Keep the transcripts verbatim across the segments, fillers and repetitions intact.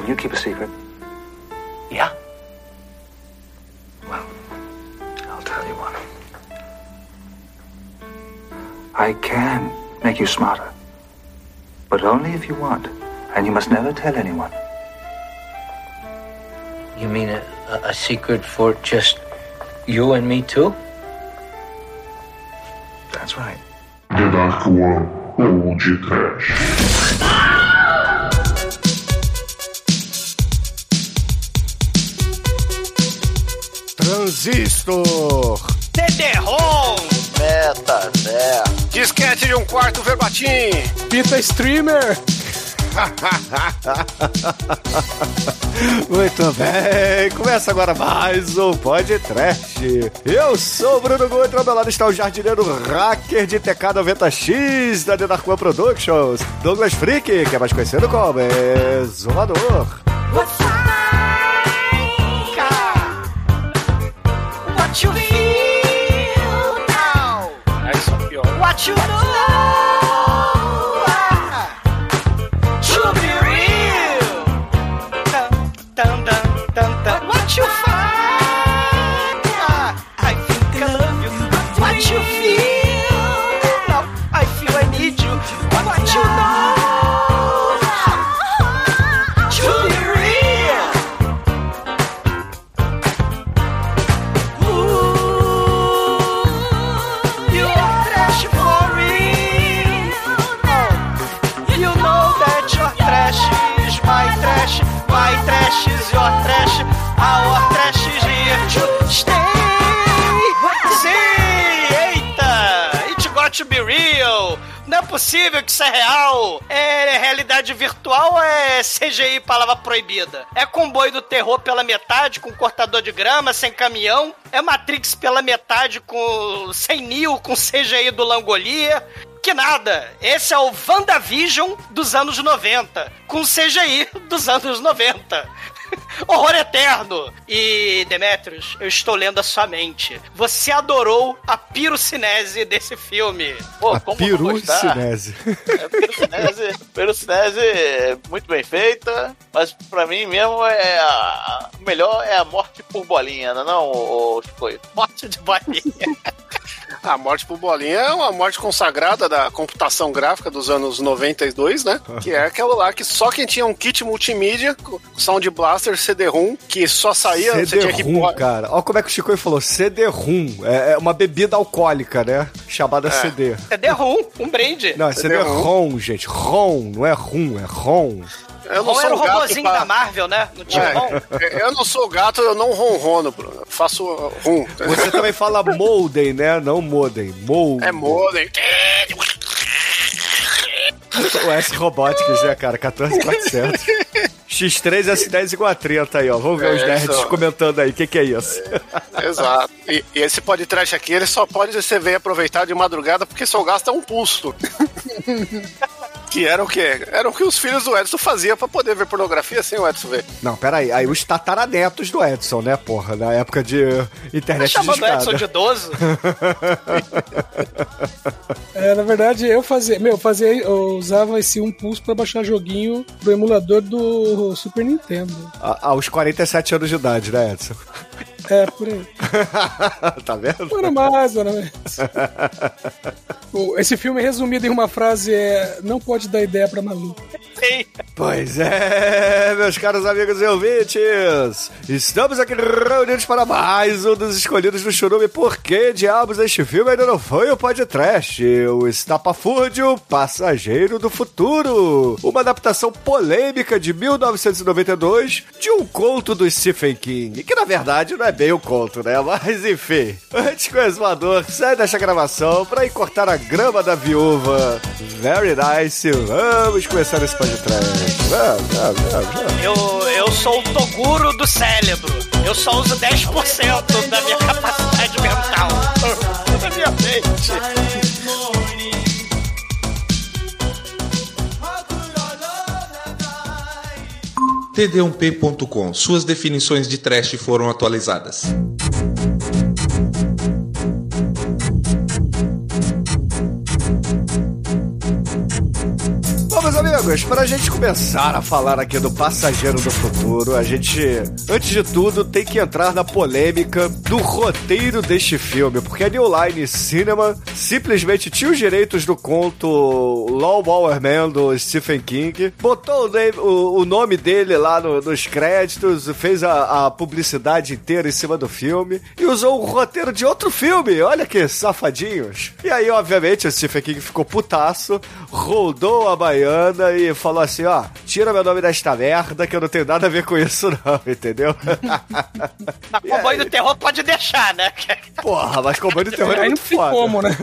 Can you keep a secret? Yeah. Well, I'll tell you one. I can make you smarter. But only if you want. And you must never tell anyone. You mean a, a, a secret for just you and me too? That's right. The Dark One ou de Trash. Transistor. C D-ROM. Meta, é. Disquete de um quarto verbatim. Pita Streamer. Muito bem, começa agora mais um podcast. Eu sou o Bruno Guto, ao meu lado está o jardineiro hacker de T K noventa X da The Dark One Productions, Douglas Freak, que é mais conhecido como Exumador. What's What you feel now? É só pior. What you know? To be real. Dun, dun, dun, dun. What you find? I think I love you. What you feel? Now I feel I need you. What you know? To be real. Ooh, you are trash for real. You know that your trash is my trash. My trash is your trash. Our trash is here to stay. Sim, eita, it got to be real. Não é possível que isso é real. É realidade virtual ou é C G I, palavra proibida? É comboio do terror pela metade, com cortador de grama, sem caminhão? É Matrix pela metade, com sem Neo, com C G I do Langolia? Que nada, esse é o WandaVision dos anos noventa, com C G I dos anos noventa. Horror eterno. E, Demetrius, eu estou lendo a sua mente. Você adorou a pirocinese desse filme. Pô, A como não gostar? pirucinese. É, pirocinese, pirocinese é muito bem feita, mas pra mim mesmo é a, o melhor é a morte por bolinha, não é não, ô, ô, Chicoio? Morte de bolinha. A morte por bolinha é uma morte consagrada da computação gráfica dos anos noventa e dois, né? Que é aquela lá que só quem tinha um kit multimídia, Sound Blaster, C D-ROM, que só saía... você tinha que C D-ROM, pôr- cara. Olha como é que o Chico falou, C D-ROM. É é uma bebida alcoólica, né? Chamada C D. C D-ROM, um brinde. Não, é C D-ROM, gente. ROM, não é ROM, é ROM. Eu não ROM sou era o um gato robozinho pra- da Marvel, né? Não tinha ROM? É, eu não sou gato, eu não ronrono, Bruno. Eu faço rum. Você também fala modem, né? Não modem. Modem. É modem. O S Robotics, né, cara? quatorze mil e quatrocentos. X três S dez igual a trinta aí, ó. Vamos ver É, os nerds isso. comentando aí. O que que é isso? Exato. E, e esse podcast aqui, ele só pode ser ver aproveitar de madrugada porque só gasta um pulso. Que era o quê? Era o que os filhos do Edson faziam pra poder ver pornografia sem o Edson ver. Não, peraí. Aí os tataranetos do Edson, né, porra? Na época de Tá internet chamando o Edson discada. de idoso? É, na verdade, eu fazia, meu, eu fazia, eu usava esse um pulso pra baixar joguinho do emulador do Super Nintendo. A- Aos quarenta e sete anos de idade, né, Edson? É, por aí. Tá vendo? Não era mais, não era mais. O- Esse filme resumido em uma frase é: não pode dar ideia pra maluco. Sim. Pois é, meus caros amigos e ouvintes, estamos aqui reunidos para mais um dos escolhidos do Churume. Por que diabos este filme ainda não foi o podcast? O Estapafúrdio Passageiro do Futuro, uma adaptação polêmica de mil novecentos e noventa e dois de um conto do Stephen King, que na verdade não é bem um conto, né? Mas enfim, antes que o exumador saia desta gravação para ir cortar a grama da viúva, very nice, vamos começar esse podcast. Vamos, vamos, vamos, vamos. Eu, eu sou o Toguro do cérebro. Eu só uso dez por cento da minha capacidade mental. Da minha mente. T D um P ponto com. Suas definições de trash foram atualizadas. Bom, meus amigos, Amigos, para a gente começar a falar aqui do Passageiro do Futuro, a gente, antes de tudo, tem que entrar na polêmica do roteiro deste filme, porque a New Line Cinema simplesmente tinha os direitos do conto Lawnmower Man do Stephen King, botou o nome, o, o nome dele lá no, nos créditos, fez a, a publicidade inteira em cima do filme e usou o roteiro de outro filme. Olha que safadinhos. E aí, obviamente, o Stephen King ficou putaço, rodou a baiana e falou assim, ó, tira meu nome desta merda que eu não tenho nada a ver com isso não, entendeu? Mas Comboio do Terror pode deixar, né? Porra, mas Comboio do Terror é Aí muito não tem foda. como, né?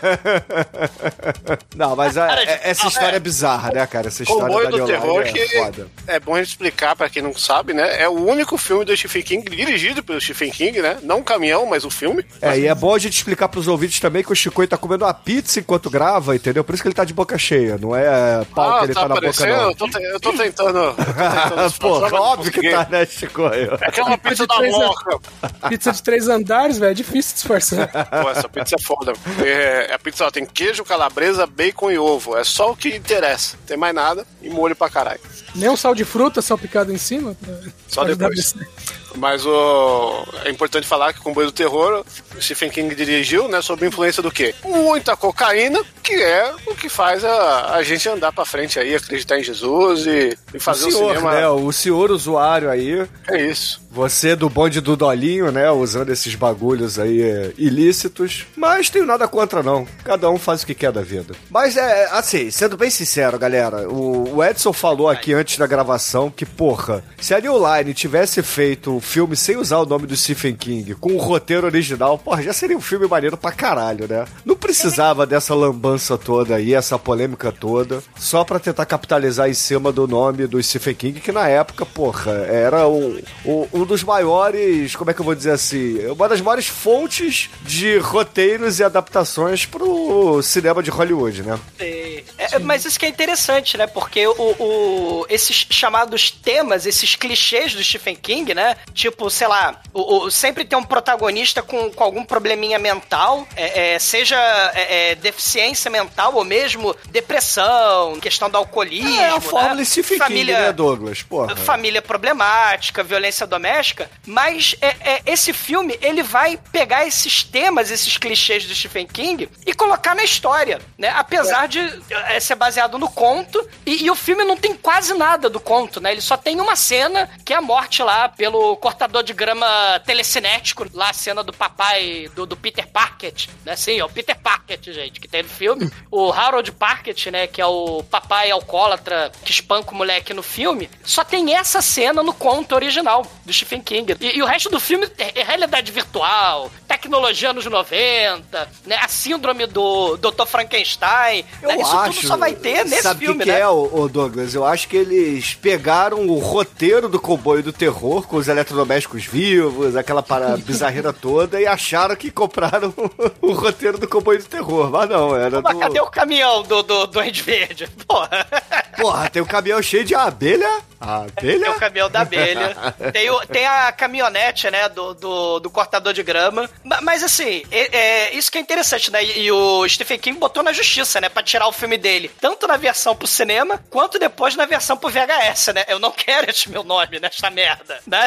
Não, mas a, é- essa história é bizarra, né, cara? Essa história Comboio da do New Terror, Line que é foda. é bom a gente explicar pra quem não sabe, né? É o único filme do Stephen King dirigido pelo Stephen King, né? Não o caminhão, mas o filme. É, e é bom a gente explicar pros ouvintes também que o Chicoio tá comendo uma pizza enquanto grava, entendeu? Por isso que ele tá de boca cheia, não é pau Ah, que ele tá, tá na boca, aparecendo? não. Eu tô, te- eu tô tentando. Eu tô tentando Pô, disfarçar, mas não óbvio que consegui. tá, né, Chicoio? É aquela pizza da Três- Moca. Pizza de três andares, velho, é difícil disfarçar. Pô, essa pizza é foda. É, a pizza ó, tem queijo, calabresa, bacon e ovo. É só o que interessa. Não tem mais nada e molho pra caralho. Nem um sal de fruta salpicado em cima. Pra, Só pra ajudar depois. você. Mas o... é importante falar que o Comboio do Terror, o Stephen King dirigiu, né, sob influência do quê? Muita cocaína, que é o que faz a, a gente andar pra frente aí, acreditar em Jesus e, e fazer o o, senhor, cinema. né? O senhor usuário aí, É isso. você do bonde do Dolinho, né? Usando esses bagulhos aí é, ilícitos. Mas tenho nada contra, não. Cada um faz o que quer da vida. Mas é, assim, sendo bem sincero, galera, o, o Edson falou aqui antes da gravação que, porra, se a New Line tivesse feito o filme sem usar o nome do Stephen King, com o roteiro original, porra, já seria um filme maneiro pra caralho, né? Não precisava dessa lambança toda aí, essa polêmica toda, só pra tentar capitalizar em cima do nome do Stephen King, que na época, porra, era um, um, um dos maiores, como é que eu vou dizer assim, uma das maiores fontes de roteiros e adaptações pro cinema de Hollywood, né? É, é, mas isso que é interessante, né? Porque o, o- esses chamados temas, esses clichês do Stephen King, né? Tipo, sei lá, o, o- sempre tem um protagonista com, com algum probleminha mental, é, é, seja é, é, deficiência mental ou mesmo depressão, questão do alcoolismo. É a fórmula né? Stephen King, né, Douglas? Porra. Família problemática, violência doméstica, mas é, é, esse filme, ele vai pegar esses temas, esses clichês do Stephen King e colocar na história, né? Apesar de é, ser baseado no conto, e, e o filme não tem quase nada do conto, né? Ele só tem uma cena, que é a morte lá pelo cortador de grama telecinético, lá a cena do papai, do, do Peter Parkett, né? Sim, é o Peter Parkett, gente, que tem no filme. O Harold Parkett, né, que é o papai alcoólatra que espanca o moleque no filme, só tem essa cena no conto original do Stephen King. E, e o resto do filme é, é realidade virtual, tecnologia anos noventa, né, a síndrome do doutor Frankenstein. Eu né, isso acho, tudo só vai ter nesse sabe filme, que que né? é, o, o Douglas? Eu acho que eles pegaram o roteiro do Comboio do Terror, com os eletrodomésticos vivos, aquela para bizarreira toda, e acharam que compraram o, o roteiro do Comboio do Terror. Mas não, era Mas do... cadê o caminhão do, do, do Ende Verde? Porra. Porra, tem um caminhão cheio de abelha. A abelha? Tem o caminhão da abelha. tem, o- tem a caminhonete, né, do, do, do cortador de grama. Ma- Mas, assim, é, é- isso que é interessante, né? E, e o Stephen King botou na justiça, né? Pra tirar o filme dele. Tanto na versão pro cinema, quanto depois na versão pro V H S, né? Eu não quero esse meu nome nessa merda, né?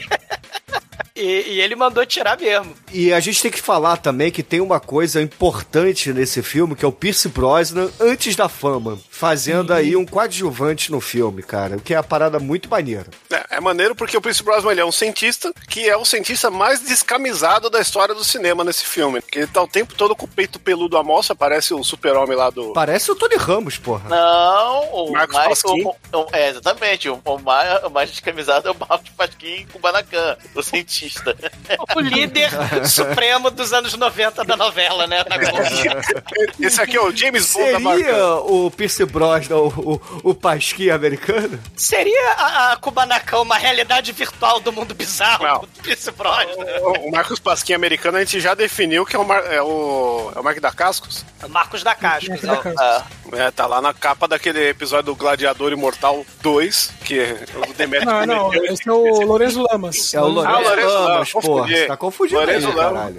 E, e ele mandou tirar mesmo. E a gente tem que falar também que tem uma coisa importante nesse filme, que é o Pierce Brosnan antes da fama, fazendo aí um coadjuvante no filme, cara, o que é uma parada muito maneira. É, é maneiro porque o Pierce Brosnan ele é um cientista que é o cientista mais descamisado da história do cinema nesse filme. Que ele tá o tempo todo com o peito peludo à mostra, parece o super-homem lá do... Parece o Tony Ramos, porra. Não, o Marcos mais. Pasquim. O, o- é, exatamente. O, o mais, o mais descamisado é o Marcos Pasquim com o Banacan, o cientista. O líder supremo dos anos noventa da novela, né? Na Globo. Esse aqui é o James Bond da Seria marca. o Pierce Brosnan o, o, o Pasquim americano? Seria a, a Kubanacan uma realidade virtual do mundo bizarro Não. do Pierce Brosnan? O, o Marcos Pasquim americano a gente já definiu que é o, Mar, é o, é o Mark da Cascos. Marcos da Cascos. Marcos ó. da Cascos. Ah, É, tá lá na capa daquele episódio do Gladiador Imortal dois, que é o Demetrio. Não, não, esse é o Lorenzo Lamas. É o Ah, Lourenço Lourenço Lamas, Lamas, porra. confundi. Você tá confundindo Lourenço aí, Lamas. caralho.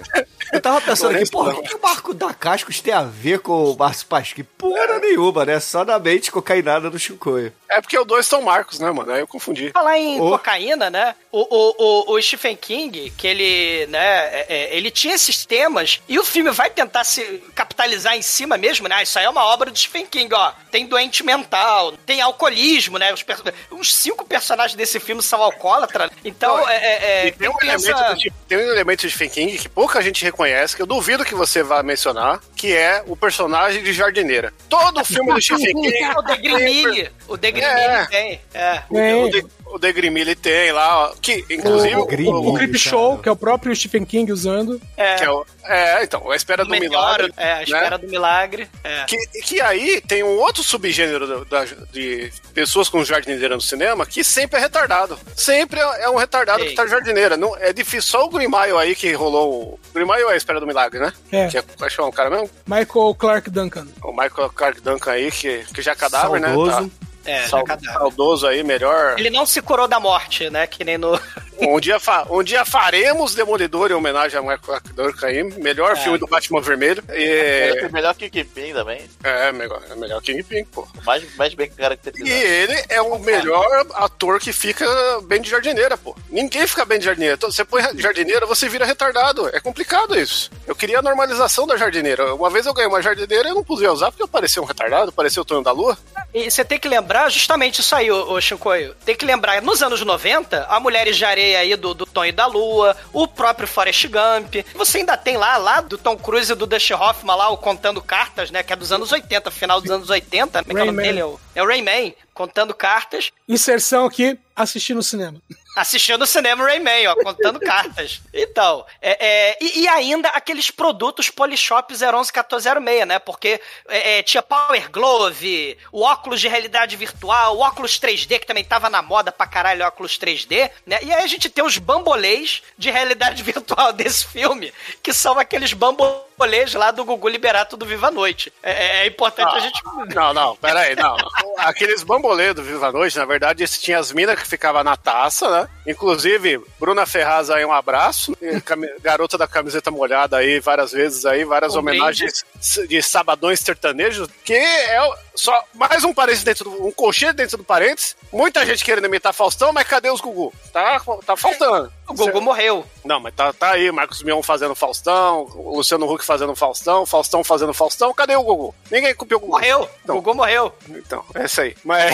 Eu tava pensando Não é aqui, porra, não. o que o Marco da Cascos tem a ver com o Márcio Pasquim? Porra nenhuma, né? Só na mente cocainada do Chicoio. É porque os dois são Marcos, né, mano? Aí eu confundi. Falar em Oh. cocaína, né? O, o, o, o Stephen King, que ele, né, é, é, ele tinha esses temas e o filme vai tentar se capitalizar em cima mesmo, né? Ah, isso aí é uma obra do Stephen King, ó. Tem doente mental, tem alcoolismo, né? Os perso- uns cinco personagens desse filme são alcoólatras. Então, Não, é, é, é, E tem um, quem elemento pensa- de, tem um elemento de Stephen King que pouca gente reconhece, que eu duvido que você vá mencionar, que é o personagem de jardineira. Todo filme do Stephen King... o Degrimilli. O Degrimilli É. tem. É. É. O, de, o Degrimilli tem lá, ó, que inclusive... O, o- Grimilli. o Creep cara. Show, que é o próprio Stephen King usando. É. que é, o- é, então, a espera do Melhor, milagre. é, a espera né? do milagre. É. Que, que aí tem um outro subgênero da- da- de pessoas com jardineira no cinema que sempre é retardado. Sempre é, é um retardado Ei. que tá jardineira. Não, é difícil. Só o Grimaio aí que rolou. O Grimaio é a espera do milagre, né? É. Que é, acho que é um cara mesmo. Michael Clark Duncan. O Michael Clark Duncan aí, que, que já é cadáver, Saudoso. né? É, Tá, já sal- cadáver. saudoso aí, melhor. Ele não se curou da morte, né? Que nem no. Um dia, fa- um dia faremos Demolidor em homenagem a Michael Clark Duncan aí. Melhor É. filme do Batman Vermelho. Ele E, é melhor que Kingpin também. é, melhor, é melhor que Kingpin, pô. Mais, mais bem caracterizado. E ele é o melhor ator que fica bem de jardineira, pô. Ninguém fica bem de jardineira. Então, você põe jardineira, você vira retardado. É complicado isso. Eu queria a normalização da jardineira. Uma vez eu ganhei uma jardineira e eu não podia usar porque eu parecia um retardado, parecia o Tonho da Lua. E você tem que lembrar justamente isso aí, ô, ô Shinkoio. Tem que lembrar, nos anos noventa, a Mulheres de Areia aí do, do Tonho da Lua, o próprio Forrest Gump. Você ainda tem lá, lá do Tom Cruise e do Dustin Hoffman lá, o Contando Cartas, né? Que é dos anos oitenta, final dos anos oitenta. Como é que é o nome Rayman. dele? É o- É o Rayman, Contando Cartas. Inserção aqui, assistir no cinema. Assistindo o cinema Rayman, ó, contando cartas. Então, é, é, e, e ainda aqueles produtos Polishop zero onze quatorze zero seis, né? Porque é, é, tinha Power Glove, o óculos de realidade virtual, o óculos três D, que também tava na moda pra caralho, óculos três D, né? E aí a gente tem os bambolês de realidade virtual desse filme, que são aqueles bambolês lá do Gugu Liberato do Viva a Noite. É, é- é importante a gente... Não, não, pera aí, não. Aqueles bambolê do Viva a Noite, na verdade, esse tinha as minas que ficavam na taça, né? Inclusive, Bruna Ferraz aí, um abraço. E cami- Garota da camiseta molhada aí, várias vezes aí, várias Um homenagens de sabadões sertanejos, que é o- só mais um parênteses dentro do, um colchete dentro do parênteses. Muita gente querendo imitar Faustão, mas cadê os Gugu? Tá, tá faltando. O Gugu morreu. Não, mas tá, tá aí, Marcos Mion fazendo Faustão, o Luciano Huck fazendo Faustão, Faustão fazendo Faustão, cadê o Gugu? Ninguém copiou o Gugu. Morreu. Então. O Gugu morreu. Então, é isso aí. Mas,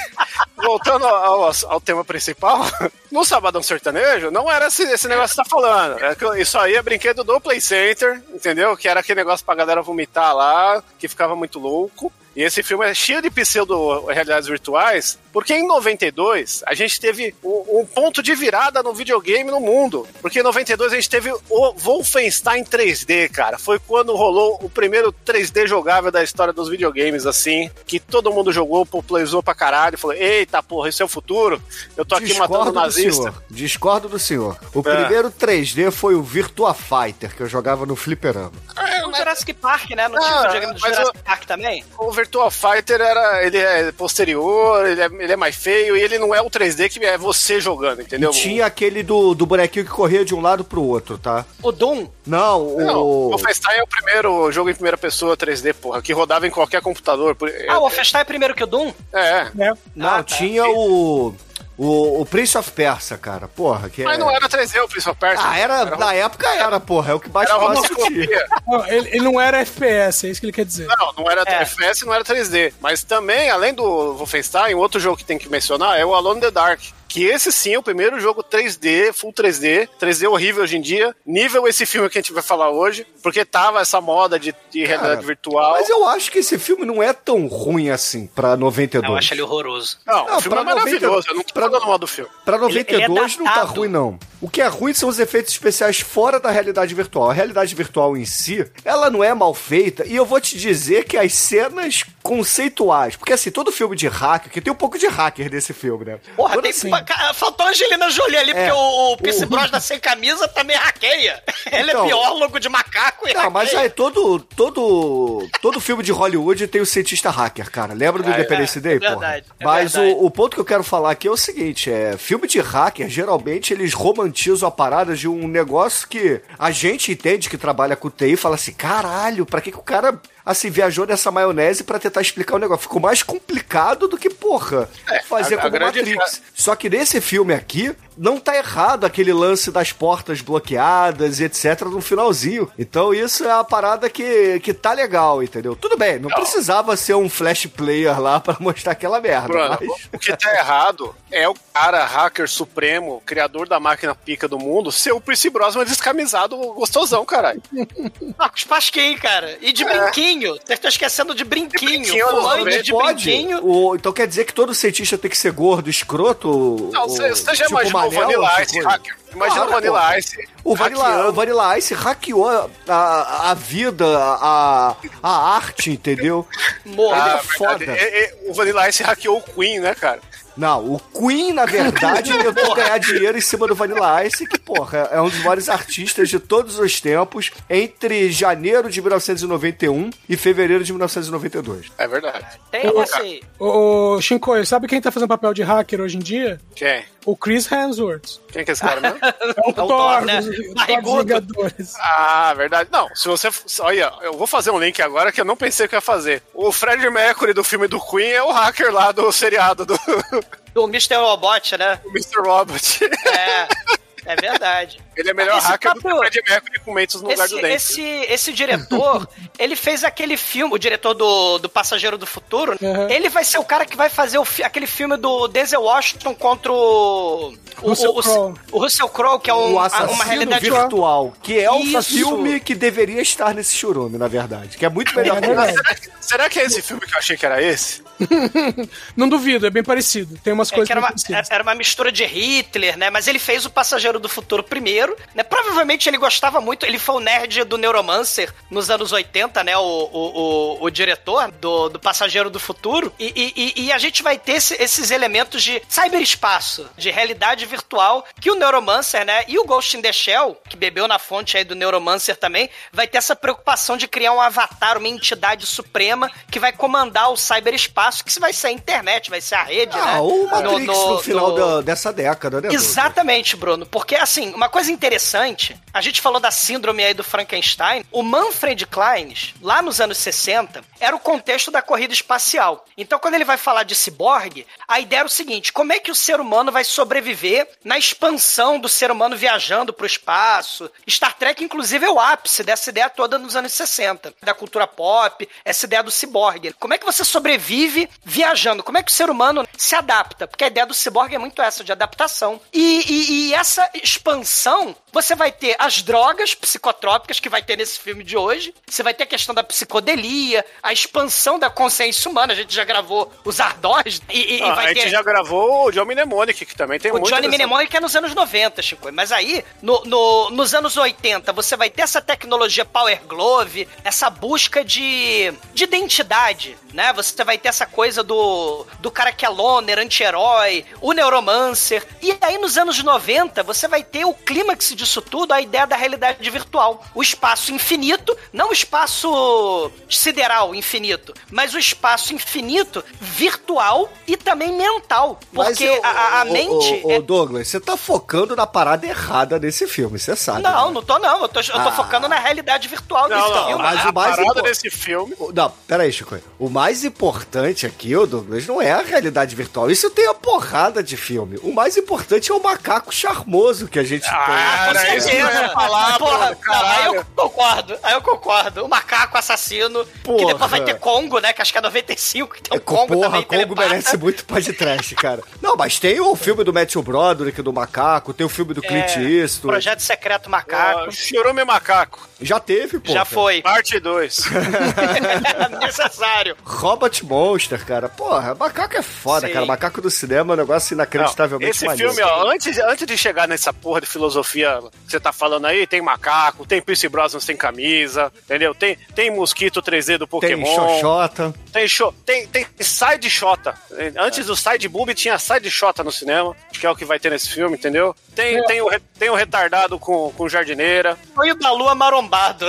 voltando ao, ao tema principal, no Sabadão Sertanejo, não era esse, esse negócio que você tá falando. É que isso aí é brinquedo do Play Center, entendeu? Que era aquele negócio pra galera vomitar lá, que ficava muito louco. E esse filme é cheio de pseudo-realidades virtuais, porque em noventa e dois a gente teve um, um ponto de virada no videogame no mundo. Porque em noventa e dois a gente teve o Wolfenstein três D, cara. Foi quando rolou o primeiro três D jogável da história dos videogames, assim, que todo mundo jogou, popularizou pra caralho. Falou, eita porra, isso é o futuro? Eu tô aqui matando do nazista. senhor. Discordo do senhor. O É. primeiro três D foi o Virtua Fighter, que eu jogava no fliperama. O Jurassic Park, né? Não tinha Ah, o videogame do mas Jurassic eu- Park também? O Virtua Fighter era, ele é posterior, ele é, ele é mais feio, e ele não é o três D que é você jogando, entendeu? E tinha aquele do, do bonequinho que corria de um lado pro outro, tá? O Doom? Não, o... Não, o Wolfenstein é o primeiro jogo em primeira pessoa três D, porra, que rodava em qualquer computador. Por- Ah, o Wolfenstein é primeiro que o Doom? É, Né? Não, Ah, tá. tinha o... O, o Prince of Persia, cara, porra. Que mas é... não era três D o Prince of Persia. Ah, era, na época era, porra, é o que mais era fácil tinha. rotoscopia. Não, ele, ele não era F P S, é isso que ele quer dizer. Não, não era É. F S, não era três D. Mas também, além do Wolfenstein, outro jogo que tem que mencionar é o Alone in the Dark. Que esse sim é o primeiro jogo três D, full três D, três D horrível hoje em dia, nível esse filme que a gente vai falar hoje, porque tava essa moda de, de realidade Cara, virtual. Mas eu acho que esse filme não é tão ruim assim pra noventa e dois. Eu acho ele horroroso. Não, Não, o filme pra é maravilhoso, noventa eu não tô pra- falando mal do filme. Pra noventa e dois ele é não tá datado. ruim, não. O que é ruim são os efeitos especiais fora da realidade virtual. A realidade virtual em si, ela não é mal feita, e eu vou te dizer que as cenas conceituais, porque assim, todo filme de hacker, que tem um pouco de hacker desse filme, né? Porra, Quando, tem, assim, Cara, faltou a Angelina Jolie ali, É. porque o, o Pierce O- Brosnan sem camisa também hackeia. Ele Então- é biólogo de macaco e Não, mas hackeia. aí todo, todo, todo filme de Hollywood tem o cientista hacker, cara. Lembra do É, Independence é, Day, é porra? verdade, é Mas verdade. o, o ponto que eu quero falar aqui é o seguinte, é, filme de hacker, geralmente eles romantizam a parada de um negócio que a gente entende que trabalha com T I e fala assim, caralho, pra que que o cara, assim, viajou nessa maionese pra tentar explicar o negócio? Ficou mais complicado do que, porra, fazer a- a como grande Matrix. Só que nesse filme aqui, não tá errado aquele lance das portas bloqueadas e etcétera no finalzinho. Então isso é a parada que, que tá legal, entendeu? Tudo bem, não, precisava ser um flash player lá pra mostrar aquela merda, Bruno, mas... o que tá errado é o cara hacker supremo, criador da máquina pica do mundo, ser o Pierce Brosnan descamisado gostosão, caralho. Marcos Pasquim, cara. E de brinquinho. Vocês estão esquecendo de brinquinho. brinquinho, Fumante não, de Pode. brinquinho. O, então quer dizer que todo cientista tem que ser gordo, escroto? Não, o- você você já tipo imaginou o Manel, Vanilla tipo Ice coisa? hacker? Imagina Claro, o Vanilla pô. Ice. O Vanilla, hackeando. o Vanilla Ice hackeou a, a, a vida, a, a arte, entendeu? Morro. Ele é Ah, foda. verdade. É, é, o Vanilla Ice hackeou o Queen, né, cara? Não, o Queen, na verdade, tentou ganhar dinheiro em cima do Vanilla Ice, que, porra, é um dos maiores artistas de todos os tempos, entre janeiro de mil novecentos e noventa e um e fevereiro de mil novecentos e noventa e dois. É verdade. Tem esse aí. Ô, ô Shinkoio, sabe quem tá fazendo papel de hacker hoje em dia? Quem? O Chris Hemsworth. Quem que é esse cara mesmo? É o o Thor, Thor, né? dos- dos Thor dos Barrigudo. Vingadores. Ah, verdade. Não, se você... Olha, eu vou fazer um link agora que eu não pensei que eu ia fazer. O Freddie Mercury do filme do Queen é o hacker lá do seriado do Do mister Robot, né? mister Robot. É. É verdade. Ele é melhor Esse hacker do que o próprio- Freddie Mercury com mentos no lugar Esse, do dente. esse, esse diretor, ele fez aquele filme, o diretor do, do Passageiro do Futuro, Uhum. ele vai ser o cara que vai fazer o, fi- aquele filme do Denzel Washington contra o... O Russell o, o, Crowe. o Russell Crowe, que é um, O a- Assassino uma realidade Virtual, que é um Isso. filme que deveria estar nesse churume, na verdade, que é muito melhor É que verdade. Será que, será que é esse filme que eu achei que era esse? Não duvido, é bem parecido. Tem umas É, coisas que era, bem uma, parecidas. era uma mistura de Hitler, né? Mas ele fez o Passageiro do Futuro primeiro, né? Provavelmente ele gostava muito, ele foi o nerd do Neuromancer nos anos oitenta, né? O, o, o, o diretor do, do Passageiro do Futuro. E, e, e a gente vai ter esse- esses elementos de cyberespaço, de realidade virtual, que o Neuromancer, né? E o Ghost in the Shell, que bebeu na fonte aí do Neuromancer também, vai ter essa preocupação de criar um avatar, uma entidade suprema que vai comandar o cyberespaço, que vai ser a internet, vai ser a rede, né? Ah, o Matrix no, no- final no- da- dessa década, né? Douglas? Exatamente, Bruno. Porque, assim, uma coisa interessante, a gente falou da síndrome aí do Frankenstein, o Manfred Klein, lá nos anos sessenta, era o contexto da corrida espacial. Então, quando ele vai falar de ciborgue, a ideia era o seguinte, como é que o ser humano vai sobreviver na expansão do ser humano viajando pro espaço? Star Trek, inclusive, é o ápice dessa ideia toda nos anos sessenta, da cultura pop, essa ideia do ciborgue. Como é que você sobrevive viajando? Como é que o ser humano se adapta? Porque a ideia do ciborgue é muito essa, de adaptação. E, e- e essa expansão, você vai ter as drogas psicotrópicas que vai ter nesse filme de hoje, você vai ter a questão da psicodelia, a expansão da consciência humana, a gente já gravou os ardós, e, e- e Ah, vai a gente ter... já gravou o John Mnemonic, que também tem O muito Johnny dessa- Mnemonic é nos anos noventa, Chico. Mas aí, no, no- nos anos oitenta, você vai ter essa tecnologia Power Glove, essa busca de, de identidade, né? Você vai ter essa coisa do, do cara que é loner, anti-herói, o Neuromancer. E aí, nos anos noventa, você vai ter o clímax disso tudo, a ideia da realidade virtual. O espaço infinito, não o espaço sideral infinito, mas o espaço infinito virtual e também mental. Porque Mas eu- a, a- a ô, mente... ô, ô, é- Douglas, você tá focando na parada errada desse filme, você sabe. Não, né? não tô não. Eu tô, eu tô Ah. focando na realidade virtual Não, desse não, filme. mas a o mais parada impo- desse filme... O- Não, peraí, Chico. O mais importante aqui, ô Douglas, não é a realidade virtual. Isso tem a porrada de filme. O mais importante é o macaco charmoso que a gente Ah, tem. era Com isso que eu ia certeza. falar, Porra, Bruno, não, caralho. aí eu concordo. Aí eu concordo. O macaco assassino, que Porra. depois vai ter Congo, né? Que acho que é noventa e cinco, que tem o É, Congo porra, também. Congo telepata. merece muito paz de trash, cara. Não, mas tem o filme do Matthew Broderick, do Macaco, tem o filme do Clint É, Eastwood. Projeto Secreto Macaco. Ah, Churume Macaco, Já teve, pô. Já foi. parte dois. Necessário. Robot Monster, cara. Porra, macaco é foda, Sim. cara. Macaco do cinema é um negócio inacreditavelmente Esse maneiro. filme, ó, antes, antes de chegar nesse essa porra de filosofia que você tá falando aí, tem macaco, tem Pierce Brosnan sem camisa, entendeu? Tem, tem mosquito três D do Pokémon. Tem xoxota. Tem, show, tem, tem side shota. Antes do side boob tinha side shota no cinema, que é o que vai ter nesse filme, entendeu? Tem, é. tem, o, tem o retardado com, com jardineira. Foi o da lua marombado.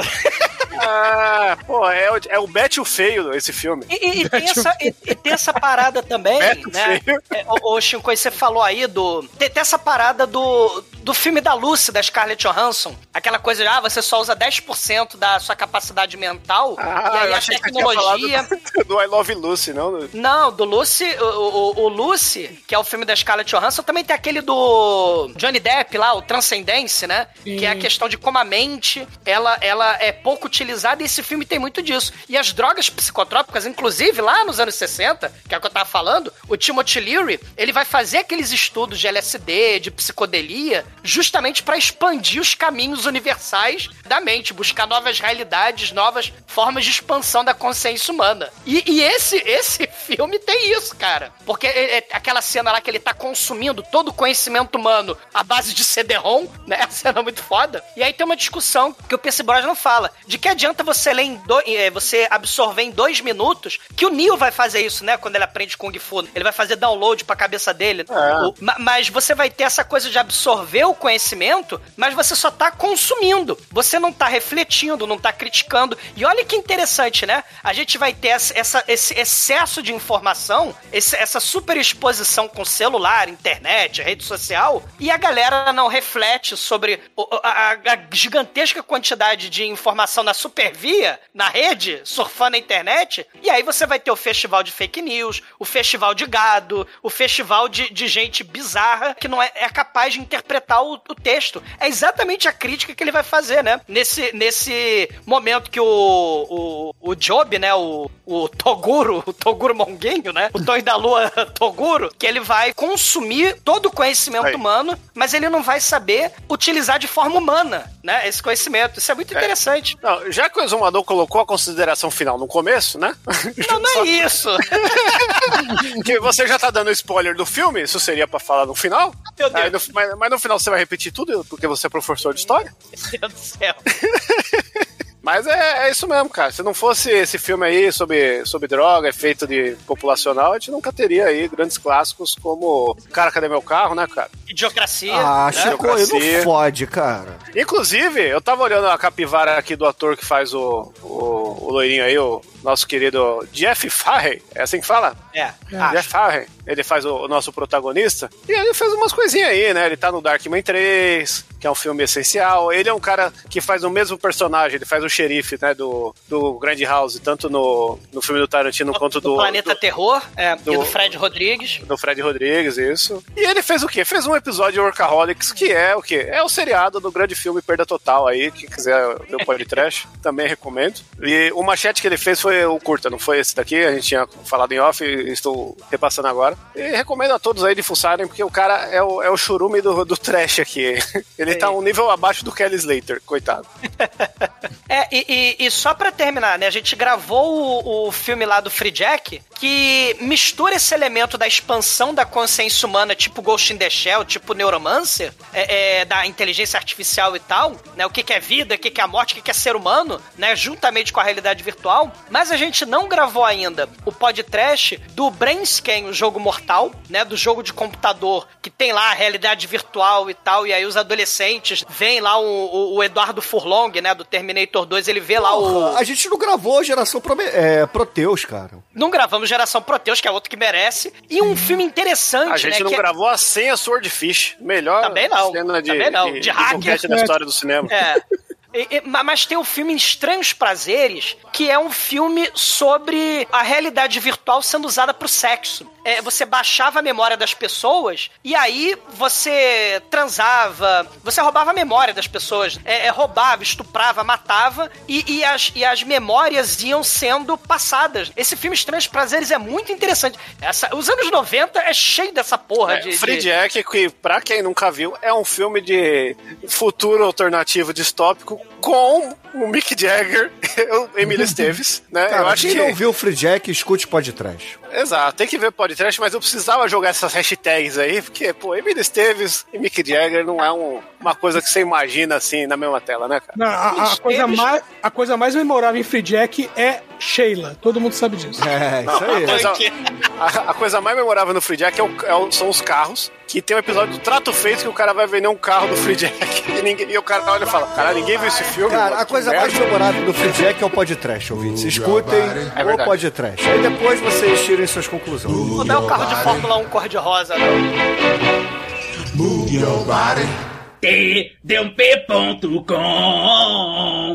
Ah, pô, é o, é o Beto o Feio esse filme. E, e, e, tem, essa, e, e tem essa parada também, Beto né? É, ô, ô Chico, você falou aí do... Tem, tem essa parada do, do filme da Lucy, da Scarlett Johansson. Aquela coisa de, ah, você só usa dez por cento da sua capacidade mental. Ah, e aí a tecnologia... Do, do I Love Lucy, não? Não, do Lucy... O, o, o Lucy, que é o filme da Scarlett Johansson, também tem aquele do Johnny Depp lá, o Transcendence, né? Sim. Que é a questão de como a mente, ela, ela é pouco utilizada, e esse filme tem muito disso. E as drogas psicotrópicas, inclusive lá nos anos sessenta, que é o que eu tava falando, o Timothy Leary, ele vai fazer aqueles estudos de L S D, de psicodelia, justamente para expandir os caminhos universais da mente, buscar novas realidades, novas formas de expansão da consciência humana. E, e esse, esse filme tem isso, cara. Porque é, é aquela cena lá que ele tá consumindo todo o conhecimento humano à base de C D-ROM, né? A cena é muito foda. E aí tem uma discussão que o Pierce Brosnan fala, de que adianta você ler em do... você absorver em dois minutos, que o Neo vai fazer isso, né? Quando ele aprende Kung Fu. Ele vai fazer download pra cabeça dele. É. O... Mas você vai ter essa coisa de absorver o conhecimento, mas você só tá consumindo. Você não tá refletindo, não tá criticando. E olha que interessante, né? A gente vai ter essa, essa, esse excesso de informação, esse, essa superexposição com celular, internet, rede social, e a galera não reflete sobre a, a, a gigantesca quantidade de informação na supervia, na rede, surfando na internet, e aí você vai ter o festival de fake news, o festival de gado, o festival de, de gente bizarra que não é, é capaz de interpretar o, o texto. É exatamente a crítica que ele vai fazer, né? Nesse, nesse momento que o, o, o Job, né, o, o Toguro, o Toguro Monguinho, né, o Tonho da Lua Toguro, que ele vai consumir todo o conhecimento aí. humano, mas ele não vai saber utilizar de forma humana, né, esse conhecimento. Isso é muito interessante. É. Não, já que o exumador colocou a consideração final no começo, né? Não, não é isso. Que você já tá dando spoiler do filme, isso seria pra falar no final? Meu Deus. Aí, no, mas, mas no final você vai repetir tudo porque você é professor de história? Meu Deus do céu. Mas é, é isso mesmo, cara. Se não fosse esse filme aí sobre, sobre droga, efeito de populacional, a gente nunca teria aí grandes clássicos como Cara, Cadê Meu Carro, né, cara? Idiocracia. Ah, né? Chico, não fode, cara. Inclusive, eu tava olhando a capivara aqui do ator que faz o, o, o loirinho aí, o nosso querido Jeff Fahey. É assim que fala? É. Jeff Fahey. Ele faz o, o nosso protagonista. E ele fez umas coisinhas aí, né? Ele tá no Darkman três, que é um filme essencial. Ele é um cara que faz o mesmo personagem. Ele faz o xerife, né? Do, do Grand House, tanto no, no filme do Tarantino do, quanto do... Do Planeta do, Terror, é, do, e do Fred Rodrigues. Do Fred Rodrigues, isso. E ele fez o quê? Fez um episódio de Workaholics, que é o quê? É o seriado do grande filme Perda Total aí. Quem quiser ver o podcast, também recomendo. E o machete que ele fez foi o curta, não foi esse daqui. A gente tinha falado em off e estou repassando agora. E recomendo a todos aí de fuçarem, porque o cara é o, é o churume do, do trash aqui. Ele tá um nível abaixo do Kelly Slater, coitado. É, e, e, e só pra terminar, né? A gente gravou o, o filme lá do Free Jack, que mistura esse elemento da expansão da consciência humana, tipo Ghost in the Shell, tipo Neuromancer, é, é, da inteligência artificial e tal, né? O que, que é vida, o que, que é morte, o que, que é ser humano, né? Juntamente com a realidade virtual. Mas a gente não gravou ainda o podcast do Brainscan, o jogo mortal, né? Do jogo de computador, que tem lá a realidade virtual e tal, e aí os adolescentes veem lá o, o, o Eduardo Furlong, né? Do Terminator dois, ele vê lá o... A gente não gravou Geração Prome... é, Proteus, cara. Não gravamos Geração Proteus, que é outro que merece. E um filme interessante, né? A gente né, não que gravou é... a senha Swordfish. Melhor Também não. cena de, Também não. de, de hack. de na história do cinema. É. E, e, mas tem o filme Estranhos Prazeres, que é um filme sobre a realidade virtual sendo usada pro sexo. É, você baixava a memória das pessoas e aí você transava, você roubava a memória das pessoas, é, é, roubava, estuprava, matava e, e, as, e as memórias iam sendo passadas. Esse filme Estranhos Prazeres é muito interessante. Essa, os anos noventa é cheio dessa porra é, de... Free de... Jack, que pra quem nunca viu, é um filme de futuro alternativo distópico com o Mick Jagger e o Emílio Esteves, né? Cara, eu acho quem que não viu o Free Jack, escute Podcast. Exato, tem que ver podcast, mas eu precisava jogar essas hashtags aí, porque, pô, Emílio Esteves e Mick Jagger não é um, uma coisa que você imagina assim na mesma tela, né, cara? Não, a, a, coisa mais, a coisa mais memorável em Free Jack é Sheila. Todo mundo sabe disso. É, isso aí. A coisa, a, a coisa mais memorável no Free Jack é o, é o, são os carros, que tem um episódio do Trato Feito que o cara vai vender um carro do Free Jack e, ninguém, e o cara olha e fala, cara, ninguém viu esse filme. Cara, mano, a coisa merda. mais memorável do Free Jack é o podcast, ouvintes. Escutem É o podcast. Aí depois vocês tirem suas conclusões. Não é o carro de Fórmula um cor-de-rosa, não. Move your body. T D um P ponto com.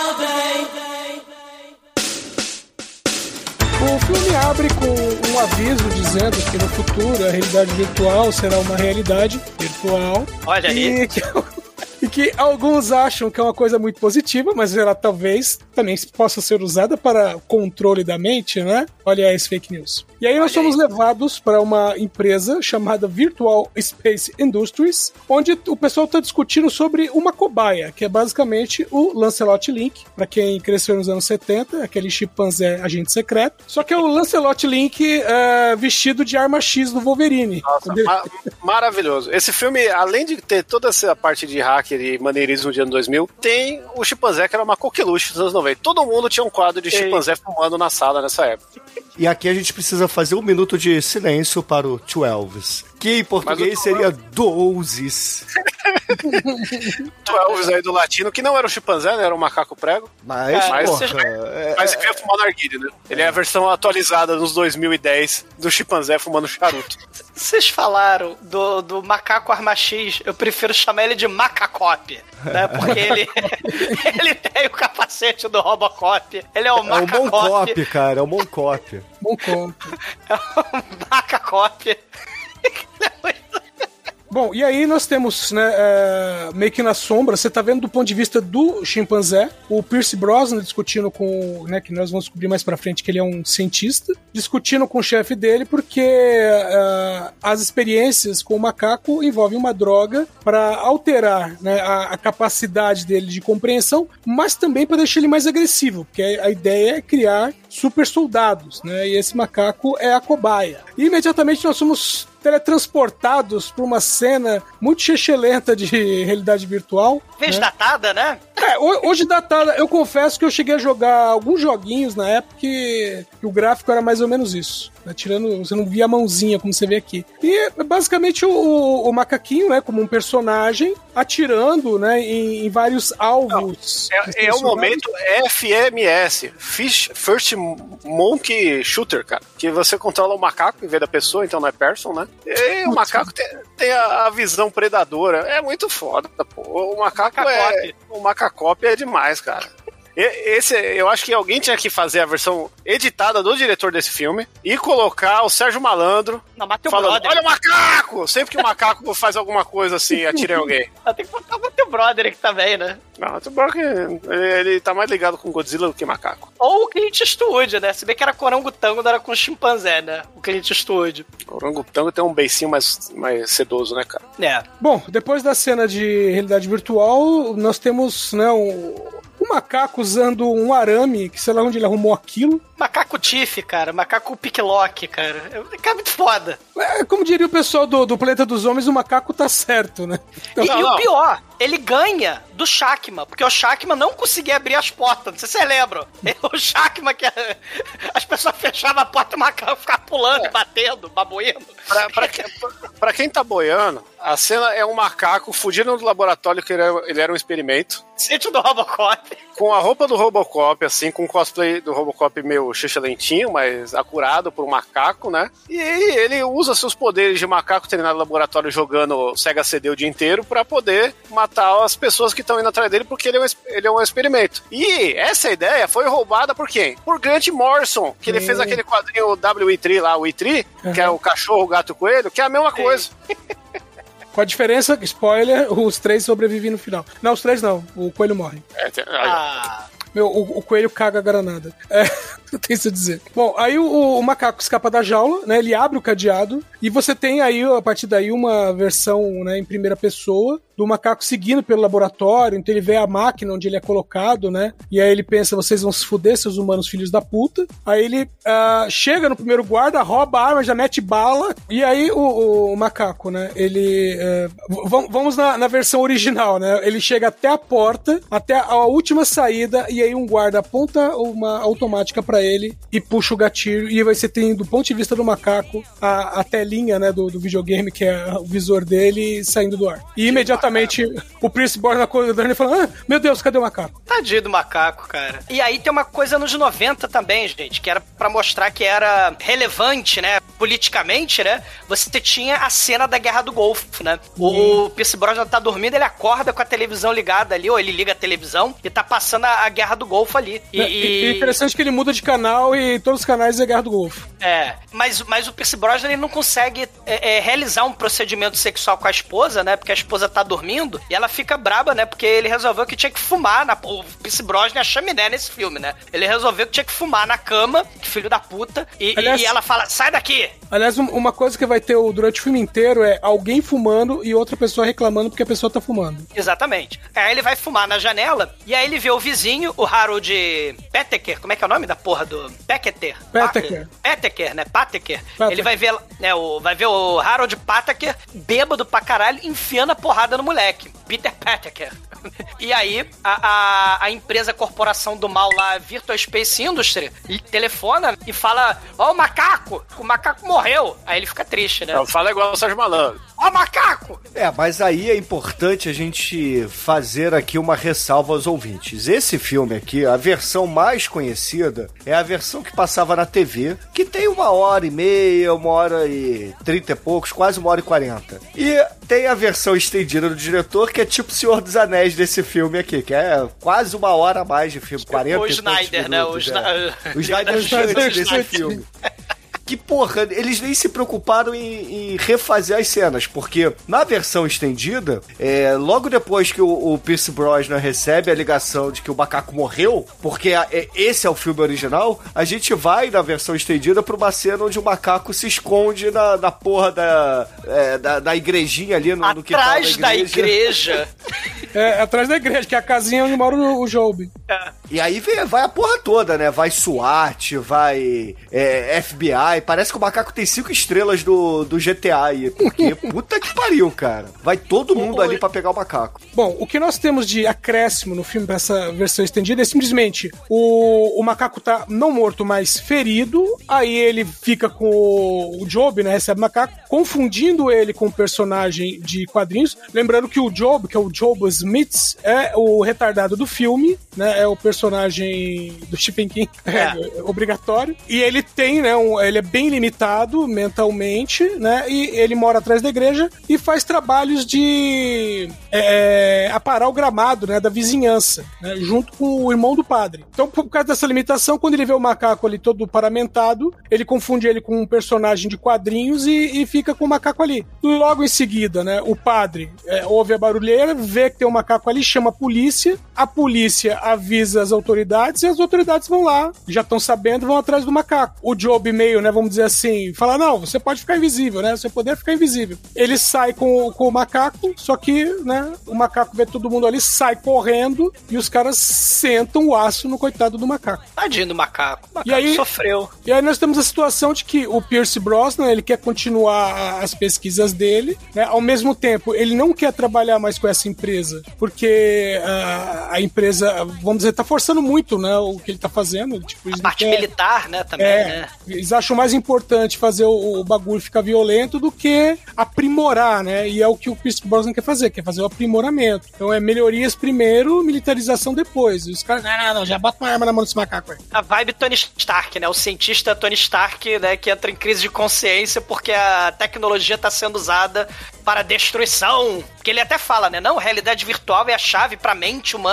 O filme abre com um aviso dizendo que no futuro a realidade virtual será uma realidade virtual. Olha aí. E que, e que alguns acham que é uma coisa muito positiva, mas ela talvez também possa ser usada para controle da mente, né? Olha esse fake news. E aí nós somos levados para uma empresa chamada Virtual Space Industries, onde o pessoal está discutindo sobre uma cobaia, que é basicamente o Lancelot Link, para quem cresceu nos anos setenta, aquele chimpanzé agente secreto. Só que é o Lancelot Link uh, vestido de arma X do Wolverine. Nossa, ma- maravilhoso. Esse filme, além de ter toda essa parte de hacker e maneirismo de ano dois mil, tem o chimpanzé que era uma coqueluche dos anos noventa. Todo mundo tinha um quadro de chimpanzé fumando na sala nessa época. E aqui a gente precisa fazer um minuto de silêncio para o Twelves, que em português seria dozes. Twelves aí do latino, que não era um chimpanzé, né? Era um macaco prego. Mas, mas, porra, é, mas ele ia fumar narguilha, né? Ele é a versão atualizada nos dois mil e dez do chimpanzé fumando charuto. Vocês falaram do, do macaco arma X, eu prefiro chamar ele de Macacop, né? Porque ele, ele tem o capacete do Robocop. Ele é o é o Macacop. Moncop, cara, é o Moncop. Moncop. É o Macacop. Bom, e aí nós temos, né, é, meio que na sombra, você tá vendo do ponto de vista do chimpanzé, o Pierce Brosnan discutindo com, né, que nós vamos descobrir mais pra frente que ele é um cientista, discutindo com o chefe dele porque uh, as experiências com o macaco envolvem uma droga para alterar, né, a, a capacidade dele de compreensão, mas também para deixar ele mais agressivo, porque a ideia é criar super soldados, né, e esse macaco é a cobaia. E imediatamente nós somos teletransportados para uma cena muito chechelenta de realidade virtual. Vez né? datada, né? É, hoje datada, eu confesso que eu cheguei a jogar alguns joguinhos na época que, que o gráfico era mais ou menos isso. Né? Tirando, você não via a mãozinha como você vê aqui. E basicamente o, o macaquinho, né, como um personagem, atirando, né, em, em vários alvos. Não, é, é o momento F M S, Fish, First Monkey Shooter, cara. Que você controla o macaco em vez da pessoa, então não é person, né? E o macaco tem, tem a, a visão predadora. É muito foda, pô. O macaco Macacop. é... O macacop é demais, cara. Esse, eu acho que alguém tinha que fazer a versão editada do diretor desse filme e colocar o Sérgio Malandro Não, mas teu falando, brother. olha o macaco! Sempre que o macaco faz alguma coisa assim, atira em alguém. Tem que botar o teu brother aqui também, né? Não, o Brock, ele, ele tá mais ligado com Godzilla do que macaco. Ou o Clint Eastwood, né? Se bem que era corangotango, não era com chimpanzé, né? O Clint Eastwood. O orangotango tem um beicinho mais, mais sedoso, né, cara? É. Bom, depois da cena de realidade virtual, nós temos, né, um, um macaco usando um arame, que sei lá onde ele arrumou aquilo. Macaco Tiff, cara. Macaco Picklock, cara. É cara muito foda. É, como diria o pessoal do, do Planeta dos Homens, o macaco tá certo, né? Então, E, Não, e não. o pior, ele ganha do Shakma, porque o Shakma não conseguia abrir as portas. Não sei se vocês lembram. O Shakma, que as pessoas fechavam a porta e o macaco ficava pulando e batendo, babuindo. Pra, pra, que- pra quem tá boiando, a cena é um macaco fugindo do laboratório que ele era, ele era um experimento. Sítio do Robocop. Com a roupa do Robocop, assim, com o cosplay do Robocop meio lentinho, mas acurado por um macaco, né? E ele usa seus poderes de macaco treinado no laboratório jogando Sega C D o dia inteiro pra poder matar as pessoas que estão indo atrás dele, porque ele é, um, ele é um experimento. E essa ideia foi roubada por quem? Por Grant Morrison, que ele Sim. fez aquele quadrinho W E três lá, o E três, que é o cachorro, o gato e o coelho, que é a mesma coisa. com a diferença, spoiler, os três sobrevivem no final. Não, os três não, o coelho morre. É, tem- aí, Ah, Meu, o, o coelho caga a granada. É. Tem isso a dizer. Bom, aí o, o macaco escapa da jaula, né? Ele abre o cadeado e você tem aí, a partir daí, uma versão, né, em primeira pessoa do macaco seguindo pelo laboratório, então ele vê a máquina onde ele é colocado, né? E aí ele pensa, vocês vão se fuder, seus humanos filhos da puta. Aí ele uh, chega no primeiro guarda, rouba a arma, já mete bala. E aí o, o, o macaco, né? Ele... Uh, vamos na, na versão original, né? Ele chega até a porta, até a última saída, e aí um guarda aponta uma automática pra ele e puxa o gatilho, e você tem, do ponto de vista do macaco, a, a telinha, né, do, do videogame, que é o visor dele, saindo do ar. E imediatamente o Pierce Brosnan acordando e falando, ah, meu Deus, cadê o macaco? Tadinho do macaco, cara. E aí tem uma coisa nos noventa também, gente, que era pra mostrar que era relevante, né, politicamente, né? Você tinha a cena da Guerra do Golfo, né? O, o Pierce Brosnan tá dormindo, ele acorda com a televisão ligada ali, ou ele liga a televisão e tá passando a, a Guerra do Golfo ali. E, é, e... e interessante que ele muda de canal e todos os canais é Guerra do Golfo. É, mas, mas o Pierce Brosnan, ele não consegue é, é, realizar um procedimento sexual com a esposa, né? Porque a esposa tá dormindo e ela fica braba, né? Porque ele resolveu que tinha que fumar na... O Pierce Brosnan é a chaminé nesse filme, né? Ele resolveu que tinha que fumar na cama, que filho da puta, e, Aliás, e ela fala, sai daqui! Aliás, uma coisa que vai ter durante o filme inteiro é alguém fumando e outra pessoa reclamando porque a pessoa tá fumando. Exatamente. Aí ele vai fumar na janela e aí ele vê o vizinho, o Harold Peteker, como é que é o nome da porra do... Peketer. Peteker. Peteker, né? Pateker. Ele vai ver, né, o, vai ver o Harold Pateker bêbado pra caralho, enfiando a porrada no moleque. Peter Pateker. E aí, a, a, a empresa corporação do mal lá, Virtual Space Industry, telefona e fala, ó, o macaco, o macaco morreu. Aí ele fica triste, né? Fala igual o Sérgio Malandro. Ó, macaco! É, mas aí é importante a gente fazer aqui uma ressalva aos ouvintes. Esse filme aqui, a versão mais conhecida, é a versão que passava na T V, que tem uma hora e meia, uma hora e trinta e poucos, quase uma hora e quarenta. E tem a versão estendida do diretor, que é tipo Senhor dos Anéis desse filme aqui, que é quase uma hora a mais de filme, quarenta o Snyder, né? O, é. Sna... o Snyder é desse filme. Que, porra, eles nem se preocuparam em, em refazer as cenas, porque na versão estendida, é, logo depois que o, o Pierce Brosnan recebe a ligação de que o macaco morreu, porque a, é, esse é o filme original, a gente vai na versão estendida pra uma cena onde o macaco se esconde na, na porra da, é, da, da igrejinha ali, no, no quintal da igreja. Atrás da igreja. É, atrás da igreja, que é a casinha onde mora o, o Job. É. E aí vem, vai a porra toda, né? Vai SWAT, vai é, F B I. Parece que o macaco tem cinco estrelas do, do G T A aí. Porque puta que pariu, cara. Vai todo mundo ali pra pegar o macaco. Bom, o que nós temos de acréscimo no filme pra essa versão estendida é simplesmente o, o macaco tá não morto, mas ferido. Aí ele fica com o, o Job, né? Recebe o macaco, confundindo ele com o personagem de quadrinhos. Lembrando que o Job, que é o Job Smith, é o retardado do filme, né? É o personagem do Stephen King, é, é obrigatório. E ele tem, né? Um, ele é bem limitado mentalmente, né? E ele mora atrás da igreja e faz trabalhos de é, aparar o gramado, né? Da vizinhança, né? Junto com o irmão do padre. Então, por causa dessa limitação, quando ele vê o macaco ali todo paramentado, ele confunde ele com um personagem de quadrinhos e, e fica com o macaco ali. Logo em seguida, né? O padre é, ouve a barulheira, vê que tem um macaco ali, chama a polícia, a polícia avisa as autoridades e as autoridades vão lá, já estão sabendo, vão atrás do macaco. O Job meio, né, vamos dizer assim, fala, não, você pode ficar invisível, né, você poder ficar invisível. Ele sai com, com o macaco, só que, né, o macaco vê todo mundo ali, sai correndo e os caras sentam o aço no coitado do macaco. Tadinho do macaco. O macaco e aí, sofreu. E aí nós temos a situação de que o Pierce Brosnan, ele quer continuar as pesquisas dele, né, ao mesmo tempo, ele não quer trabalhar mais com essa empresa, porque a, a empresa, vamos dizer, tá forçando muito, né, o que ele tá fazendo. Tipo, a parte quer... militar, né, também, é, né? Eles acham mais importante fazer o, o bagulho ficar violento do que aprimorar, né, e é o que o Pierce Brosnan quer fazer, quer fazer o aprimoramento. Então é melhorias primeiro, militarização depois. E os caras, não, não, não, já bota uma arma na mão desse macaco aí. A vibe Tony Stark, né, o cientista Tony Stark, né, que entra em crise de consciência porque a tecnologia tá sendo usada para destruição. Porque ele até fala, né, não, realidade virtual é a chave pra mente humana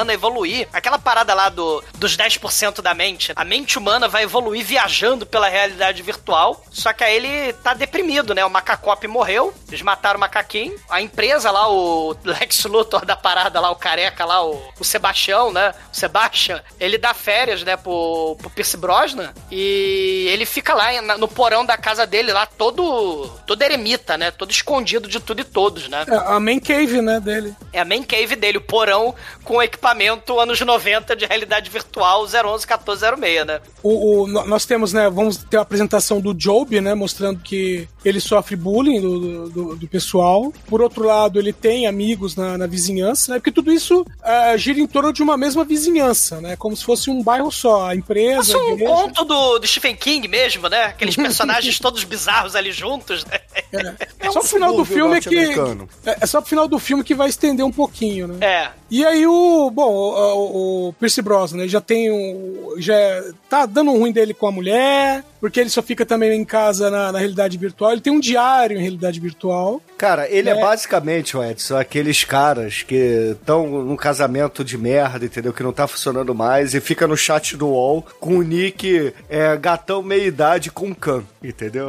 humana evoluir. Aquela parada lá do, dos dez por cento da mente. A mente humana vai evoluir viajando pela realidade virtual, só que aí ele tá deprimido, né? O Macacop morreu, eles mataram o macaquinho. A empresa lá, o Lex Luthor da parada lá, o careca lá, o, o Sebastião, né? O Sebastian, ele dá férias, né, pro, pro Pierce Brosnan e ele fica lá no porão da casa dele, lá todo, todo eremita, né? Todo escondido de tudo e todos, né? É a main cave, né, dele. É a main cave dele, o porão com equipamento anos noventa de realidade virtual zero onze quatorze zero seis, né? O, o, nós temos, né, vamos ter a apresentação do Job, né, mostrando que ele sofre bullying do, do, do pessoal. Por outro lado, ele tem amigos na, na vizinhança, né, porque tudo isso uh, gira em torno de uma mesma vizinhança, né, como se fosse um bairro só, a empresa... Isso é um igreja. conto do, do Stephen King mesmo, né? Aqueles personagens todos bizarros ali juntos, né? É, é só o final do filme que... É, é só o final do filme que vai estender um pouquinho, né? É. E aí o... Bom, o, o, o Pierce Brosnan, né, já tem um... Já tá dando um ruim dele com a mulher, porque ele só fica também em casa na, na realidade virtual. Ele tem um diário em realidade virtual. Cara, ele é, é basicamente, o Edson, aqueles caras que estão num casamento de merda, entendeu? Que não tá funcionando mais e fica no chat do U O L com o nick é, gatão meia-idade com can, entendeu?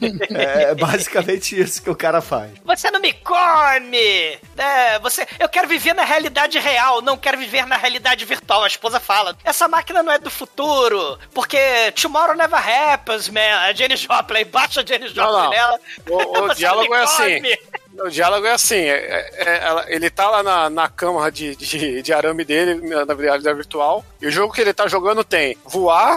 É basicamente isso que o cara faz. Você não me come! É, você, eu quero viver na realidade real, não quero viver na realidade virtual. A esposa fala, essa máquina não é do futuro, porque tomorrow never happens, man. A Janis Joplin, baixa a Janis Joplin não, não. nela. O, o diálogo é assim. O diálogo é assim, é, é, é, ele tá lá na, na cama de, de, de arame dele, na realidade virtual, e o jogo que ele tá jogando tem voar,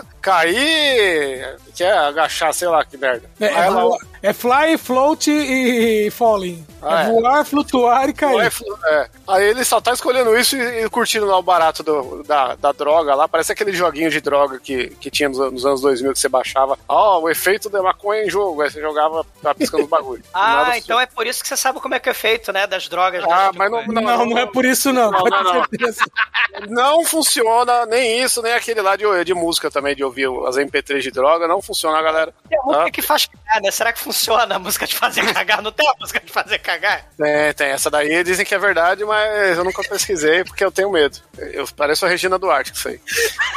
cair, que é agachar, sei lá, que merda. É, é, ela... é fly, float e falling. Ah, é, é voar, flutuar e cair. É. Aí ele só tá escolhendo isso e, e curtindo lá o barato do, da, da droga lá, parece aquele joguinho de droga que, que tinha nos, nos anos dois mil que você baixava. Ó, oh, o efeito da maconha em jogo, aí você jogava, tava piscando os bagulho. Ah, então é por isso que você sabe como é que é feito, né, das drogas. Ah, mas não, não, não, não é por isso não. Não, não, não. Não funciona nem isso, nem aquele lá de, de música também, de ouvir as M P três de droga, não funciona, galera. Tem a música ah. que faz cagar, né? Será que funciona a música de fazer cagar? Não tem a música de fazer cagar? Tem, tem. Essa daí dizem que é verdade, mas eu nunca pesquisei porque eu tenho medo. Eu pareço a Regina Duarte com isso aí.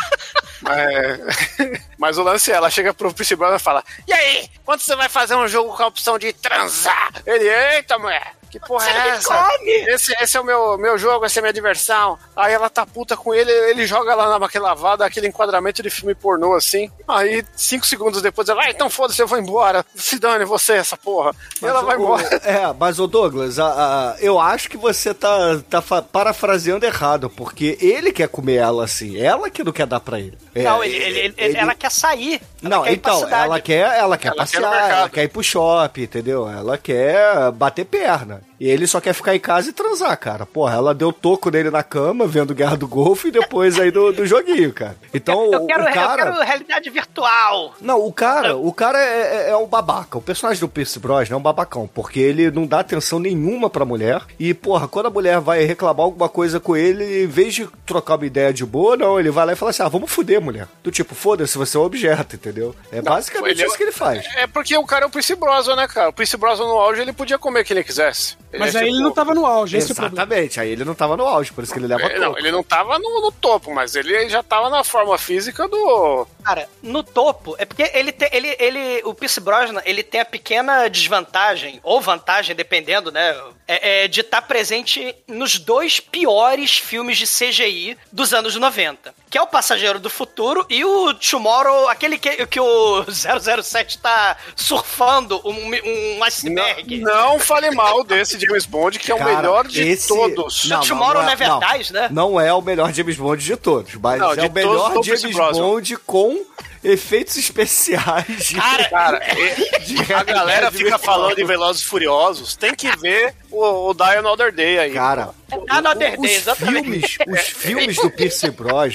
Mas, mas o lance é, ela chega pro Pierce Brosnan e fala, e aí, quando você vai fazer um jogo com a opção de transar? Ele, eita, mulher, que porra você é essa? Esse, esse é o meu, meu jogo, essa é a minha diversão. Aí ela tá puta com ele, ele joga lá na máquina lavada, aquele enquadramento de filme pornô, assim. Aí, cinco segundos depois, ela, ah, então foda-se, eu vou embora. Se dane você, essa porra. E ela vai o, embora. É, mas, ô Douglas, a, a, eu acho que você tá, tá fa- parafraseando errado, porque ele quer comer ela assim, ela que não quer dar pra ele. Não, é, ele, ele, ele, ele, ela quer sair. Ela não, quer então, ela quer, ela quer ela passear, quer ela quer ir pro shopping, entendeu? Ela quer bater perna. E ele só quer ficar em casa e transar, cara. Porra, ela deu toco nele na cama, vendo Guerra do Golfo e depois aí do, do joguinho, cara. Então, eu quero, o cara... eu quero realidade virtual. Não, o cara, o cara é, é, é um babaca. O personagem do Pierce Brosnan é um babacão, porque ele não dá atenção nenhuma pra mulher. E, porra, quando a mulher vai reclamar alguma coisa com ele, em vez de trocar uma ideia de boa, não, ele vai lá e fala assim, ah, vamos fuder, mulher. Do tipo, foda-se, você é um objeto, entendeu? É não, basicamente isso é... que ele faz. É porque o cara é o Pierce Brosnan, né, cara? O Pierce Brosnan no auge, ele podia comer quem ele quisesse. Ele Mas é aí tipo... ele não tava no auge, esse Exatamente, aí ele não tava no auge, por isso que ele leva é, topo. Não, ele não tava no, no topo, mas ele já tava na forma física do... Cara, no topo, é porque ele tem, ele, ele, o Pierce Brosnan, ele tem a pequena desvantagem, ou vantagem, dependendo, né, é, é de estar presente nos dois piores filmes de C G I dos anos noventa, que é o Passageiro do Futuro e o Tomorrow, aquele que, que o zero zero sete tá surfando um, um iceberg. Não, não fale mal desse James Bond, que é Cara, o melhor de esse... todos. Não, o Tomorrow não, não é, Never Dies, né? Não é o melhor James Bond de todos, mas não, é o melhor todos, James Bond com efeitos especiais. De... Cara, cara de a galera fica falando de Velozes e Furiosos, tem que ver o, o Die Another Day aí. Cara, Another Day, os filmes, os filmes do Pierce Brosnan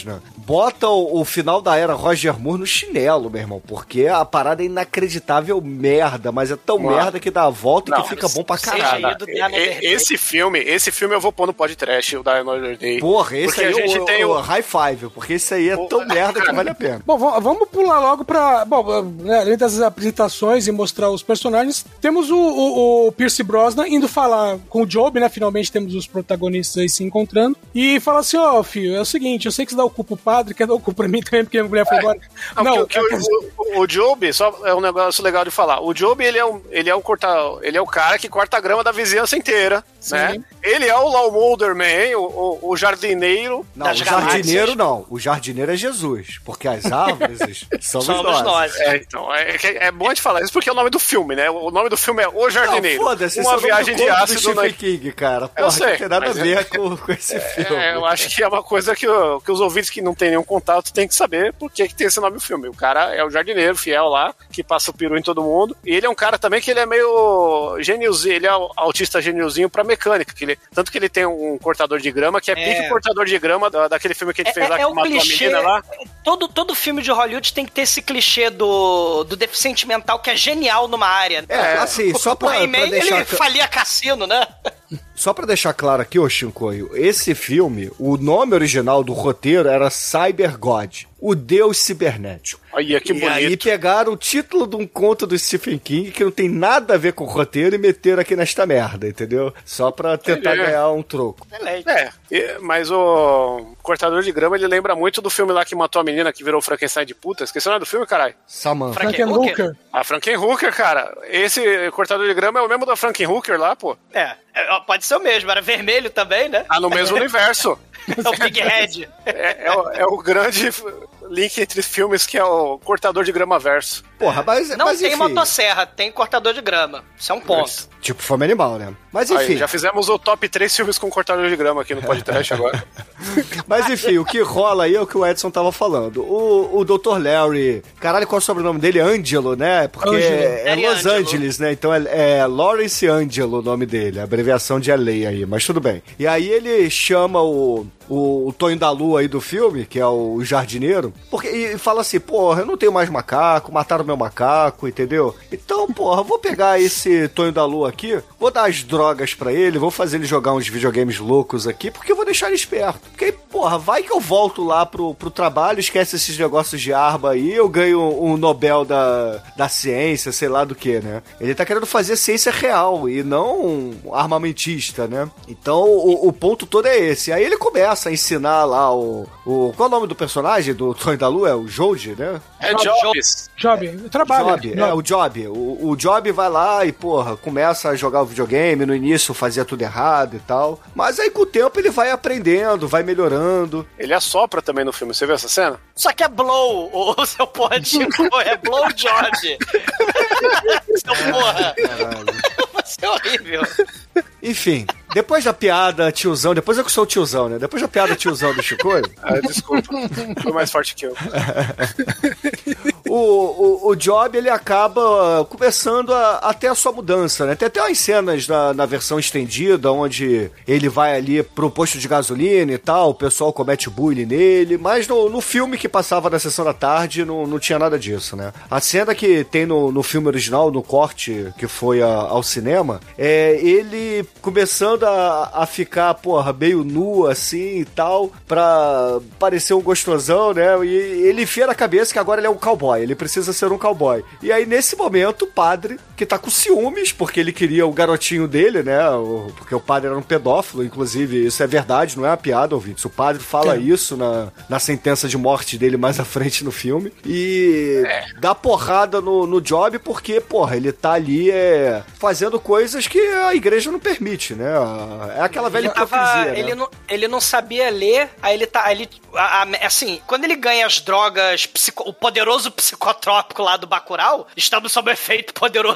bota o, o final da era Roger Moore no chinelo, meu irmão, porque a parada é inacreditável merda, mas é tão Mano. merda que dá a volta Não, e que fica bom pra seja caralho. aí do Die Another Day. Esse filme, esse filme eu vou pôr no podcast, o Die Another Day. Porra, esse Porque aí a é gente o, tem o o- high five, porque esse aí é tão merda que vale a pena. Bom, v- vamos pular logo pra. Bom, né, além das apresentações e mostrar os personagens, temos o, o, o Pierce Brosnan indo falar com o Job, né? Finalmente temos os protagonistas aí se encontrando. E fala assim: ó, filho, é o seguinte, eu sei que você dá o cu pro padre, quer dar o cu pra mim também, porque a mulher foi embora. Não, Não, que, que o, o, o Job, só é um negócio legal de falar. O Job, ele é, um, ele, é o corta, ele é o cara que corta a grama da vizinhança inteira, né? Ele é o Law Molder Man, o, o, o jardineiro. Não, Das o jardineiro galáxias. não. O jardineiro é Jesus, porque as árvores somos, Somos nós. nós. É, então, é, é bom de falar isso porque é o nome do filme, né? O nome do filme é O Jardineiro. Não, foda-se, esse uma é o nome viagem do de conto do ácido na... Stephen King, cara. Eu Porra, sei, não tem nada a mas ver é- com, com esse filme. É, eu acho que é uma coisa que, o- que os ouvintes que não têm nenhum contato têm que saber por que, que tem esse nome no filme. O cara é o jardineiro fiel lá, que passa o peru em todo mundo. E ele é um cara também que ele é meio geniozinho, ele é o autista geniozinho pra mecânica. Que ele, tanto que ele tem um cortador de grama, que é, É. pique cortador de grama da- daquele filme que a gente fez lá, É, que é o matou clichê. a menina lá. Todo, todo filme de Hollywood tem que ter esse clichê do, do deficiente mental que é genial numa área. É, assim, só pra, O He-Man, pra deixar... ele falia cassino, né? Só pra deixar claro aqui, ô Shinkoio, esse filme, o nome original do roteiro era Cyber God, o Deus Cibernético. Olha que e bonito. aí pegaram o título de um conto do Stephen King que não tem nada a ver com o roteiro e meteram aqui nesta merda, entendeu? Só pra tentar É. ganhar um troco. Excelente. É, e- mas o cortador de grama, ele lembra muito do filme lá que matou a menina que virou o Frankenstein de puta. Esqueci o nome do filme, caralho? Samantha. Frankenhooker. A Frankenhooker, cara. Esse cortador de grama é o mesmo da Frankenhooker lá, pô. É, é, pode ser o mesmo, era vermelho também, né? Ah, no mesmo universo. É o Big Head. É, é o, é o grande link entre filmes que é o cortador de grama verso. Porra, mas, Não mas tem enfim, motosserra, tem cortador de grama. Isso é um ponto. tipo Fome Animal, né? Mas Aí, enfim, já fizemos o top três filmes com cortador de grama aqui no podcast agora. mas enfim, o que rola aí é o que o Edson tava falando. O, o doutor Larry, caralho, qual é o sobrenome dele? Angelo, né? Porque Angelo. é, é Larry Los Angelo. Angeles, né? Então é, é Lawrence Angelo o nome dele, a abreviação de L A aí, mas tudo bem. E aí ele chama o, o, o Tonho da Lua aí do filme, que é o jardineiro, porque, e fala assim, porra, eu não tenho mais macaco, mataram meu macaco, entendeu? Então, porra, eu vou pegar esse Tonho da Lua aqui, vou dar as drogas pra ele, vou fazer ele jogar uns videogames loucos aqui, porque eu vou deixar ele esperto. Porque aí, porra, vai que eu volto lá pro, pro trabalho, esquece esses negócios de arma aí, eu ganho um Nobel da, da ciência, sei lá do que, né? Ele tá querendo fazer ciência real e não armamentista, né? Então, o, o ponto todo é esse. Aí ele começa a ensinar lá o... o qual é o nome do personagem do Tonho da Lua? É o Jody, né? É Jobs. Job, trabalha. Job, é, o Job. O, o Job vai lá e, porra, começa a jogar o videogame, no início fazia tudo errado e tal. Mas aí com o tempo ele vai aprendendo, vai melhorando. Ele assopra também no filme, você viu essa cena? Só que é blow, o seu porra de é blow job. Seu porra. Você é horrível. Enfim, depois da piada tiozão, depois eu que sou o tiozão, né? Depois da piada tiozão do Chicoio, Ah, desculpa. Foi mais forte que eu. o, o, o Job, ele acaba começando a, a ter a sua mudança, né? Tem até umas cenas na, na versão estendida, onde ele vai ali pro posto de gasolina e tal, o pessoal comete bullying nele, mas no, no filme que passava na sessão da tarde não, não tinha nada disso, né? A cena que tem no, no filme original, no corte que foi a, ao cinema, é ele começando a, a ficar, porra, meio nu assim e tal, pra parecer um gostosão, né? E ele enfia na cabeça que agora ele é um cowboy, ele precisa ser um cowboy. E aí, nesse momento, o padre, que tá com ciúmes, porque ele queria o garotinho dele, né? O, porque o padre era um pedófilo, inclusive, isso é verdade, não é uma piada, ouvintes. O padre fala É. isso na, na sentença de morte dele mais à frente no filme. E dá porrada no, no Job porque, porra, ele tá ali é, fazendo coisas que a igreja não permite, né? É aquela velha Ele, tava, hipocrisia, né? ele, não, ele não sabia ler, aí ele tá. Aí ele, a- a- assim, quando ele ganha as drogas, psico- o poderoso psicotrópico lá do Bacurau, estamos sob o efeito poderoso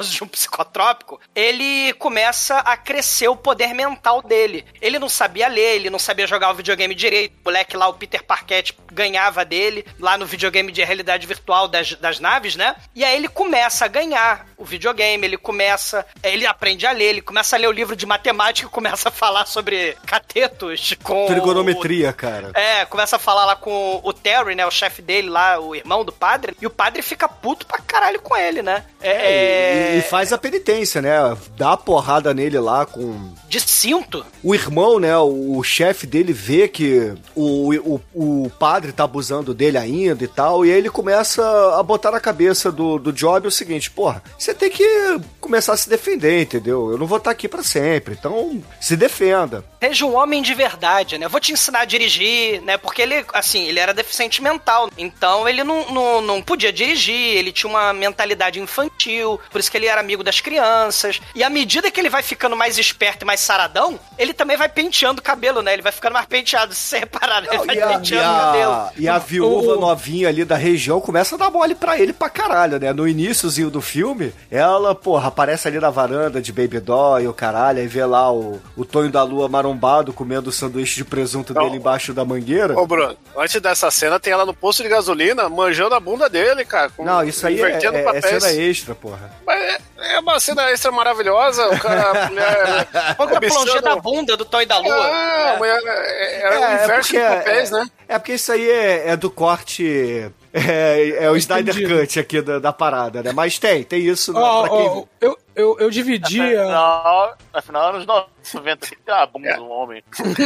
uso de um psicotrópico, ele começa a crescer o poder mental dele. Ele não sabia ler, ele não sabia jogar o videogame direito. O moleque lá, o Peter Parquet, ganhava dele lá no videogame de realidade virtual das, das naves, né? E aí ele começa a ganhar o videogame, ele começa... Ele aprende a ler, ele começa a ler o livro de matemática e começa a falar sobre catetos com... Trigonometria, o, cara. É, começa a falar lá com o Terry, né? O chefe dele lá, o irmão do padre. E o padre fica puto pra caralho com ele, né? É, é... E, e faz a penitência, né? Dá a porrada nele lá com... De cinto. O irmão, né? O chefe dele vê que o, o, o padre tá abusando dele ainda e tal. E aí ele começa a botar na cabeça do, do Job o seguinte: porra, você tem que começar a se defender, entendeu? Eu não vou estar aqui pra sempre. Então, se defenda. Seja um homem de verdade, né? Vou te ensinar a dirigir, né? Porque ele, assim, ele era deficiente mental. Então, ele não, não, não podia dirigir. Ele tinha uma mentalidade infantil. Por isso que ele era amigo das crianças. E à medida que ele vai ficando mais esperto e mais saradão, ele também vai penteando o cabelo, né? Ele vai ficando mais penteado, se você reparar, né? Ele vai e a, penteando e a, o cabelo. E a viúva o... novinha ali da região começa a dar mole pra ele pra caralho, né? No iniciozinho do filme, ela, porra, aparece ali na varanda de Baby Doll e o caralho, aí vê lá o, o Tonho da Lua marombado comendo o sanduíche de presunto não. dele embaixo da mangueira. Ô, Bruno, antes dessa cena tem ela no posto de gasolina manjando a bunda dele, cara. Com, não, isso aí é, é, é cena extra, porra. Mas é, é uma cena extra maravilhosa, o cara, a mulher... Quando a plongê da bunda do Tonho da Lua. Ah, é, mulher, é, é, é o inverso de papéis, é, né? É porque isso aí é, é do corte... É, é o Snyder Cut aqui da, da parada, né? Mas tem, tem isso oh, pra quem... Oh, eu, eu, eu dividi... Afinal, afinal anos noventa, tem a bunda do homem.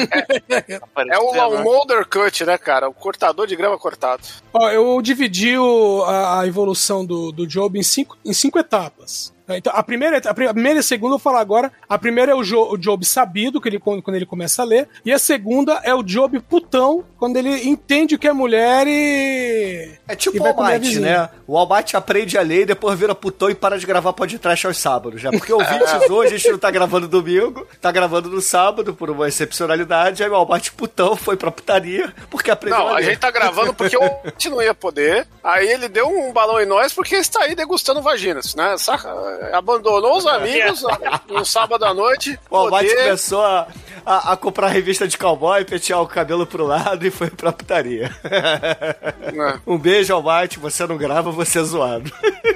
É, é o, o Mulder Cut, né, cara? O cortador de grama cortado. Ó, oh, eu dividi o, a, a evolução do, do Job em cinco, em cinco etapas. Então, a primeira, a primeira e a segunda eu vou falar agora. A primeira é o, jo, o Job sabido, que ele, quando, quando ele começa a ler. E a segunda é o Job putão, quando ele entende o que é mulher e... É tipo o Almighty, né? O Almighty aprende a ler e depois vira putão e para de gravar podcast aos sábados, já. Porque ouvintes hoje, a gente não tá gravando domingo, tá gravando no sábado, por uma excepcionalidade. Aí o Almighty putão foi pra putaria, porque aprendeu não, a ler. Não, a gente tá gravando porque o Almighty não ia poder. Aí ele deu um balão em nós porque está aí degustando vaginas, né? Saca? Abandonou os amigos no sábado à noite. O Almighty começou a, a, a comprar revista de cowboy, pentear o cabelo pro lado e foi pra putaria. É. Um beijo, Almighty. Você não grava, você é zoado.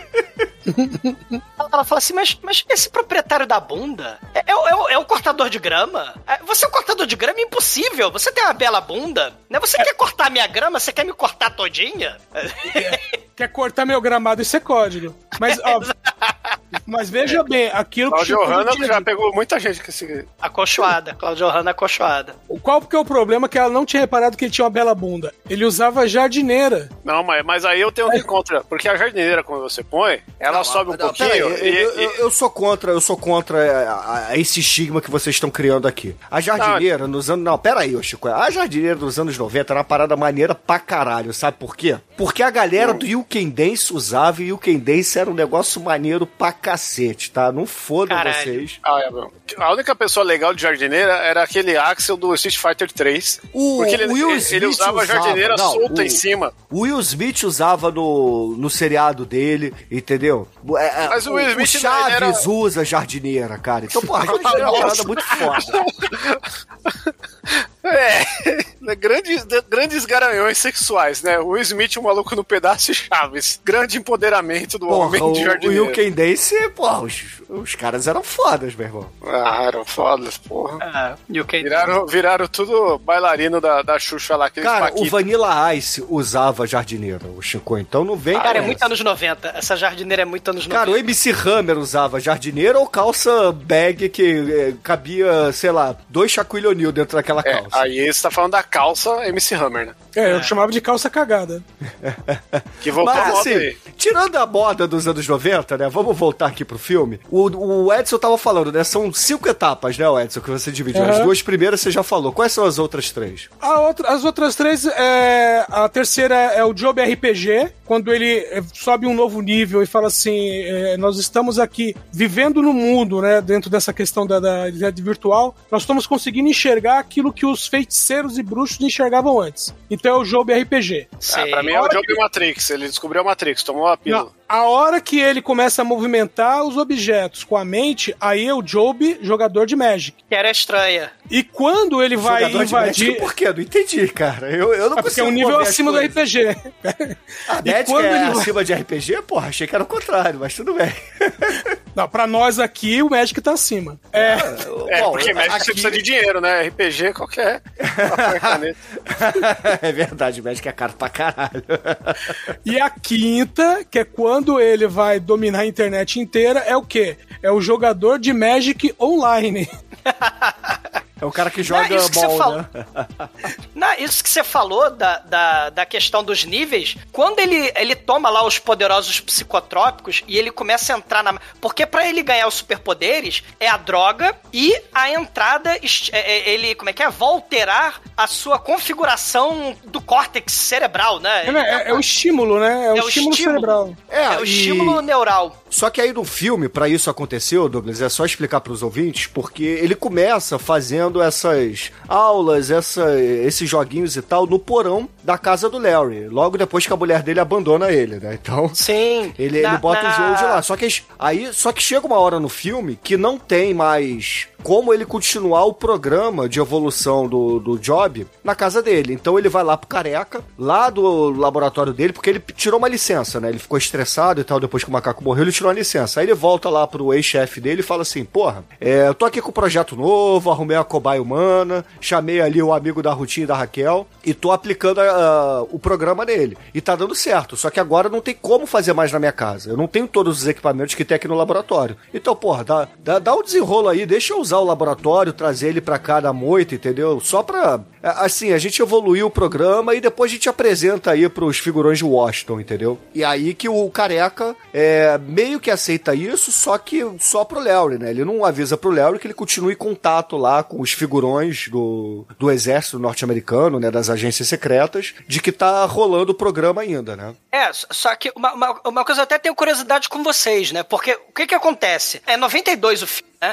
Ela fala assim, mas, mas esse proprietário da bunda é, é, é, é um cortador de grama? É, você é um cortador de grama? Impossível. Você tem uma bela bunda. Né? Você é. quer cortar minha grama? Você quer me cortar todinha? É. Quer cortar meu gramado? Isso é código. Mas, ó, mas veja bem, aquilo que... Cláudio Hanna já pegou muita gente com esse... Acolchoada. Cláudio Hanna acolchoada. Qual que é o problema? Que ela não tinha reparado que ele tinha uma bela bunda. Ele usava jardineira. Não, mas, mas aí eu tenho um contra. Porque a jardineira, quando você põe, ela não, sobe um não, pouquinho... Aí, e, eu, eu, eu sou contra, eu sou contra a, a esse estigma que vocês estão criando aqui. A jardineira não. nos anos... Não, pera aí, ô Chico. A jardineira dos anos noventa era uma parada maneira pra caralho, sabe por quê? Porque a galera hum. do You Can Dance usava e o You Can Dance era um negócio maneiro pra cacete, tá? Não fodam vocês. Ah, é, a única pessoa legal de jardineira era aquele Axel do Street Fighter três. O, porque ele, o Will ele, Smith ele usava a jardineira não, solta o, em cima. O Will Smith usava no, no seriado dele, entendeu? É, Mas o Will Smith o Chaves era... usa jardineira, cara. Então, porra, a jardineira é uma parada muito foda. É, grandes, grandes garanhões sexuais, né? O Will Smith, o maluco no pedaço e Chaves. Grande empoderamento do porra, homem de jardineira. O You Can Dance, porra, os, os caras eram fodas, meu irmão. Ah, eram fodas, porra. Ah, You Can viraram, viraram tudo bailarino da, da Xuxa lá. Cara, paquitos. O Vanilla Ice usava jardineira, o Chico, então não vem... Ah, cara, é muito anos noventa. Essa jardineira é muito anos noventa. Cara, o M C Hammer usava jardineira ou calça bag que é, cabia, sei lá, dois Shaquille O'Neal dentro daquela é, calça. Aí você tá falando da calça M C Hammer, né? É, eu chamava de calça cagada. Que voltou Mas, a moda assim, aí. Tirando a moda dos anos noventa, né? Vamos voltar aqui pro filme. O, o Edson tava falando, né? São cinco etapas, né, Edson, que você dividiu. Uhum. As duas primeiras você já falou. Quais são as outras três? A outra, as outras três, é, a terceira é o Job R P G, quando ele sobe um novo nível e fala assim, é, nós estamos aqui vivendo no mundo, né? Dentro dessa questão da, da realidade virtual, nós estamos conseguindo enxergar aquilo que os feiticeiros e bruxos cartuchos enxergavam antes. Então é o Job R P G. Ah, pra mim é o Job que... Matrix. Ele descobriu a Matrix, tomou a pílula. Não, a hora que ele começa a movimentar os objetos com a mente, aí é o Job, jogador de Magic. Que era estranha. E quando ele vai jogador invadir... De Magic, por quê? Eu não entendi, cara. Eu, eu não é porque é um nível acima do R P G. A Magic é acima de R P G? Porra, achei que era o contrário, mas tudo bem. Não, pra nós aqui, o Magic tá acima. É, é bom, porque Magic aqui... você precisa de dinheiro, né? R P G qualquer. É verdade, Magic é caro pra caralho. E a quinta, que é quando ele vai dominar a internet inteira, é o quê? É o jogador de Magic online. É o cara que joga não, isso que ball, você falou, né? não, isso que você falou da, da, da questão dos níveis, quando ele, ele toma lá os poderosos psicotrópicos e ele começa a entrar na... Porque pra ele ganhar os superpoderes, é a droga e a entrada, ele, como é que é? Vai alterar a sua configuração do córtex cerebral, né? É, é, é o estímulo, né? É o, é o estímulo, estímulo cerebral. É, é o e... estímulo neural. Só que aí no filme, pra isso acontecer, Douglas, é só explicar pros ouvintes, porque ele começa fazendo essas aulas, essa, esses joguinhos e tal, no porão da casa do Larry, logo depois que a mulher dele abandona ele, né? Então, sim, ele, na, ele bota na... o jogo de lá. Só que, aí, só que chega uma hora no filme que não tem mais como ele continuar o programa de evolução do, do Job na casa dele. Então ele vai lá pro Careca, lá do laboratório dele, porque ele tirou uma licença, né? Ele ficou estressado e tal, depois que o macaco morreu, ele tirou uma licença. Aí ele volta lá pro ex-chefe dele e fala assim, porra, é, eu tô aqui com um projeto novo, arrumei a cobaia humana, chamei ali o amigo da Rutinha e da Raquel e tô aplicando a, a, o programa nele. E tá dando certo, só que agora não tem como fazer mais na minha casa. Eu não tenho todos os equipamentos que tem aqui no laboratório. Então, porra, dá, dá, dá um desenrolo aí, deixa eu usar o laboratório, trazer ele pra cá da moita, entendeu? Só pra, assim, a gente evoluir o programa e depois a gente apresenta aí pros figurões de Washington, entendeu? E aí que o Careca é, meio que aceita isso, só que só pro Larry, né? Ele não avisa pro Larry que ele continue em contato lá com os figurões do, do exército norte-americano, né? Das agências secretas, de que tá rolando o programa ainda, né? É, só que uma, uma, uma coisa eu até tenho curiosidade com vocês, né? Porque o que que acontece? É noventa e dois o filme, né?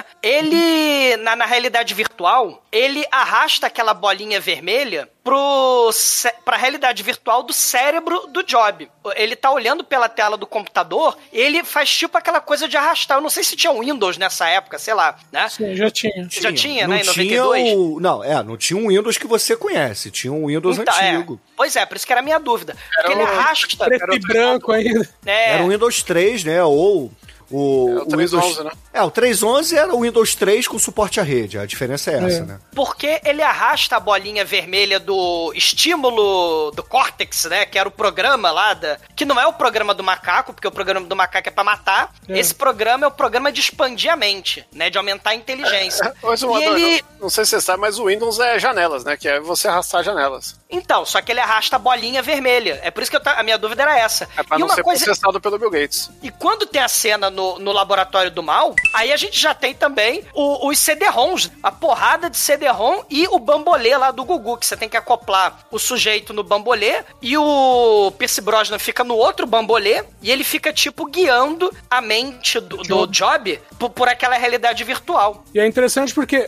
Ele, na, na realidade virtual, ele arrasta aquela bolinha vermelha pro, pra realidade virtual do cérebro do Job. Ele tá olhando pela tela do computador, ele faz tipo aquela coisa de arrastar. Eu não sei se tinha Windows nessa época, sei lá, né? Sim, já tinha. Já tinha, não né, em noventa e dois? Tinha o... Não, é, não tinha um Windows que você conhece, tinha um Windows então, antigo. É. Pois é, por isso que era a minha dúvida. Porque era ele arrasta... Preto e branco ainda. É. Era o Windows três, né, ou... O, é o três ponto onze, Windows... né? É, o três ponto onze era o Windows três com suporte à rede. A diferença é essa, é. né? Porque ele arrasta a bolinha vermelha do estímulo do córtex, né? Que era o programa lá da... Que não é o programa do macaco, porque o programa do macaco é pra matar. É. Esse programa é o programa de expandir a mente, né? De aumentar a inteligência. Mas, e Ador, ele... não, não sei se você sabe, mas o Windows é janelas, né? Que é você arrastar janelas. Então, só que ele arrasta a bolinha vermelha. É por isso que eu t... a minha dúvida era essa. É pra e não uma ser coisa... processado pelo Bill Gates. E quando tem a cena no, no laboratório do mal, aí a gente já tem também o, os C D-ROMs, a porrada de C D-ROM e o bambolê lá do Gugu, que você tem que acoplar o sujeito no bambolê e o Pierce Brosnan fica no outro bambolê e ele fica, tipo, guiando a mente do, do Job por, por aquela realidade virtual. E é interessante porque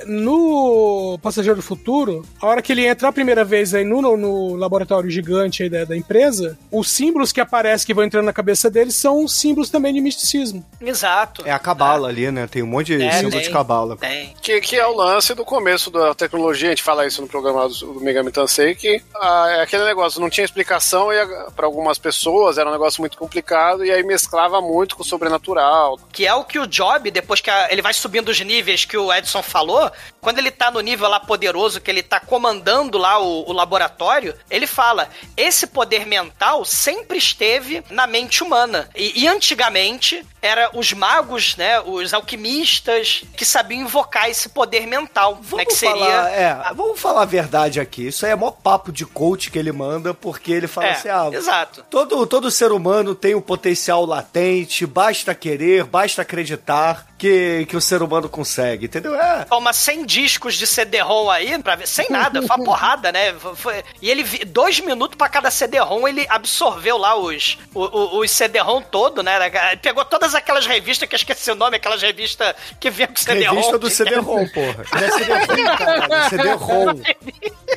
no Passageiro do Futuro, a hora que ele entra a primeira vez aí no, no laboratório gigante aí da, da empresa, os símbolos que aparecem que vão entrando na cabeça dele são símbolos também de misticismo. Exato. É a cabala é. ali, né? Tem um monte de é, símbolo tem, de cabala. Tem. Que, que é o lance do começo da tecnologia, a gente fala isso no programa do, do Megami Tensei, que ah, é aquele negócio, não tinha explicação e para algumas pessoas era um negócio muito complicado e aí mesclava muito com o sobrenatural. Que é o que o Job, depois que a, ele vai subindo os níveis que o Edson falou, quando ele tá no nível lá poderoso, que ele tá comandando lá o, o laboratório, ele fala, esse poder mental sempre esteve na mente humana. E, e antigamente, era os magos, né, os alquimistas, que sabiam invocar esse poder mental, vamos né, que seria... Falar, é, vamos falar a verdade aqui, isso aí é mó papo de coach que ele manda, porque ele fala é, assim, ah, exato. Todo, todo ser humano tem um potencial latente, basta querer, basta acreditar que, que o ser humano consegue, entendeu? É. Toma cem discos de C D-ROM aí, pra ver, sem nada, foi uma porrada, né? Foi, e ele, dois minutos pra cada C D-ROM, ele absorveu lá os, os, os C D-ROM todo, né? Pegou todas aquelas revistas, que eu esqueci o nome, aquelas revistas que vinha com C D-ROM. Revista do C D-ROM, porra. Não é C D-ROM, cara, é C D-ROM.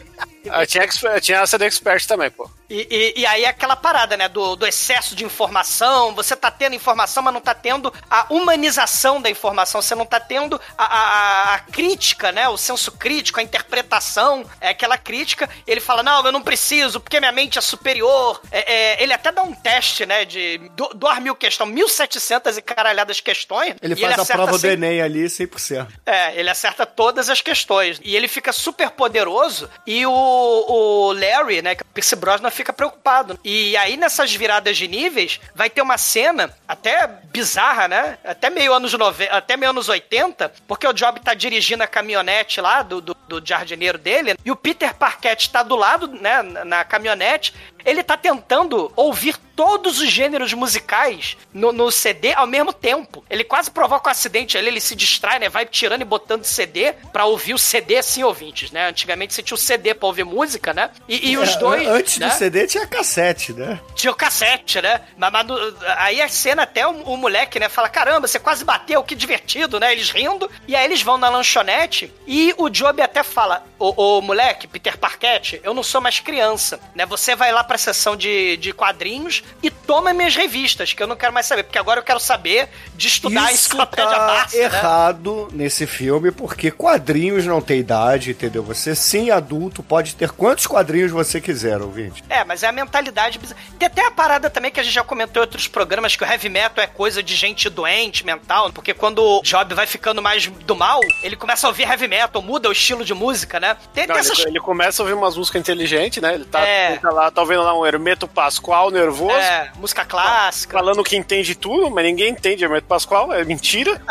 Ah, tinha, tinha a C D Expert também, pô. E, e, e aí é aquela parada, né, do, do excesso de informação, você tá tendo informação, mas não tá tendo a humanização da informação, você não tá tendo a, a, a crítica, né, o senso crítico, a interpretação, é aquela crítica, ele fala, não, eu não preciso, porque minha mente é superior, é, é, ele até dá um teste, né, de duas mil questões, mil e setecentas e caralhadas questões. Ele faz ele a prova do Enem ali, cem por cento. É, ele acerta todas as questões, e ele fica super poderoso, e o, o Larry, né, que é o Pierce Brosnan, fica preocupado. E aí, nessas viradas de níveis, vai ter uma cena até bizarra, né? Até meio anos noventa, até meio anos oitenta, porque o Job tá dirigindo a caminhonete lá do, do, do jardineiro dele, e o Peter Parkett tá do lado, né, na caminhonete, ele tá tentando ouvir todos os gêneros musicais no, no C D ao mesmo tempo. Ele quase provoca um acidente ali, ele se distrai, né? Vai tirando e botando C D pra ouvir o C D, sim, ouvintes, né? Antigamente você tinha o C D pra ouvir música, né? E, e os é, dois... Antes né? do C D tinha cassete, né? Tinha o cassete, né? Mas, mas aí a cena até o, o moleque, né? Fala, caramba, você quase bateu, que divertido, né? Eles rindo. E aí eles vão na lanchonete e o Job até fala, ô, ô moleque, Peter Parkett, eu não sou mais criança, né? Você vai lá pra sessão de, de quadrinhos e toma minhas revistas, que eu não quero mais saber, porque agora eu quero saber de estudar a enciclopédia tá Barça, errado, né? Nesse filme, porque quadrinhos não tem idade, entendeu? Você, sim, adulto, pode ter quantos quadrinhos você quiser, ouvinte. É, mas é a mentalidade bizarra. Tem até a parada também que a gente já comentou em outros programas, que o heavy metal é coisa de gente doente, mental, porque quando o Job vai ficando mais do mal, ele começa a ouvir heavy metal, muda o estilo de música, né? Tem, não, tem essas... ele, ele começa a ouvir umas músicas inteligentes, né? Ele tá, é. ele tá lá, tá ouvindo lá um Hermeto Pascoal nervoso. É, música clássica. Falando que entende tudo, mas ninguém entende Hermeto Pascoal, é mentira.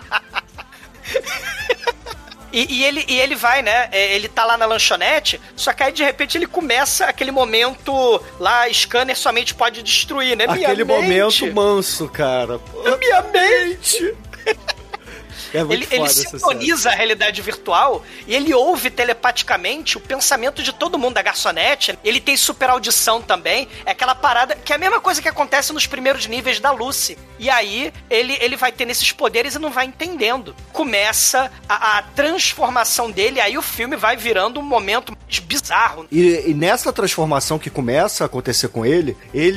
E, e, ele, e ele vai, né? Ele tá lá na lanchonete, só que aí de repente ele começa aquele momento lá, scanner somente pode destruir, né? Minha aquele mente. momento manso, cara. Pô, minha mente! É muito ele ele sintoniza a realidade virtual e ele ouve telepaticamente o pensamento de todo mundo da garçonete. Ele tem super audição também. É aquela parada que é a mesma coisa que acontece nos primeiros níveis da Lucy. E aí ele, ele vai ter esses poderes e não vai entendendo. Começa a, a transformação dele, aí o filme vai virando um momento bizarro. E, e nessa transformação que começa a acontecer com ele,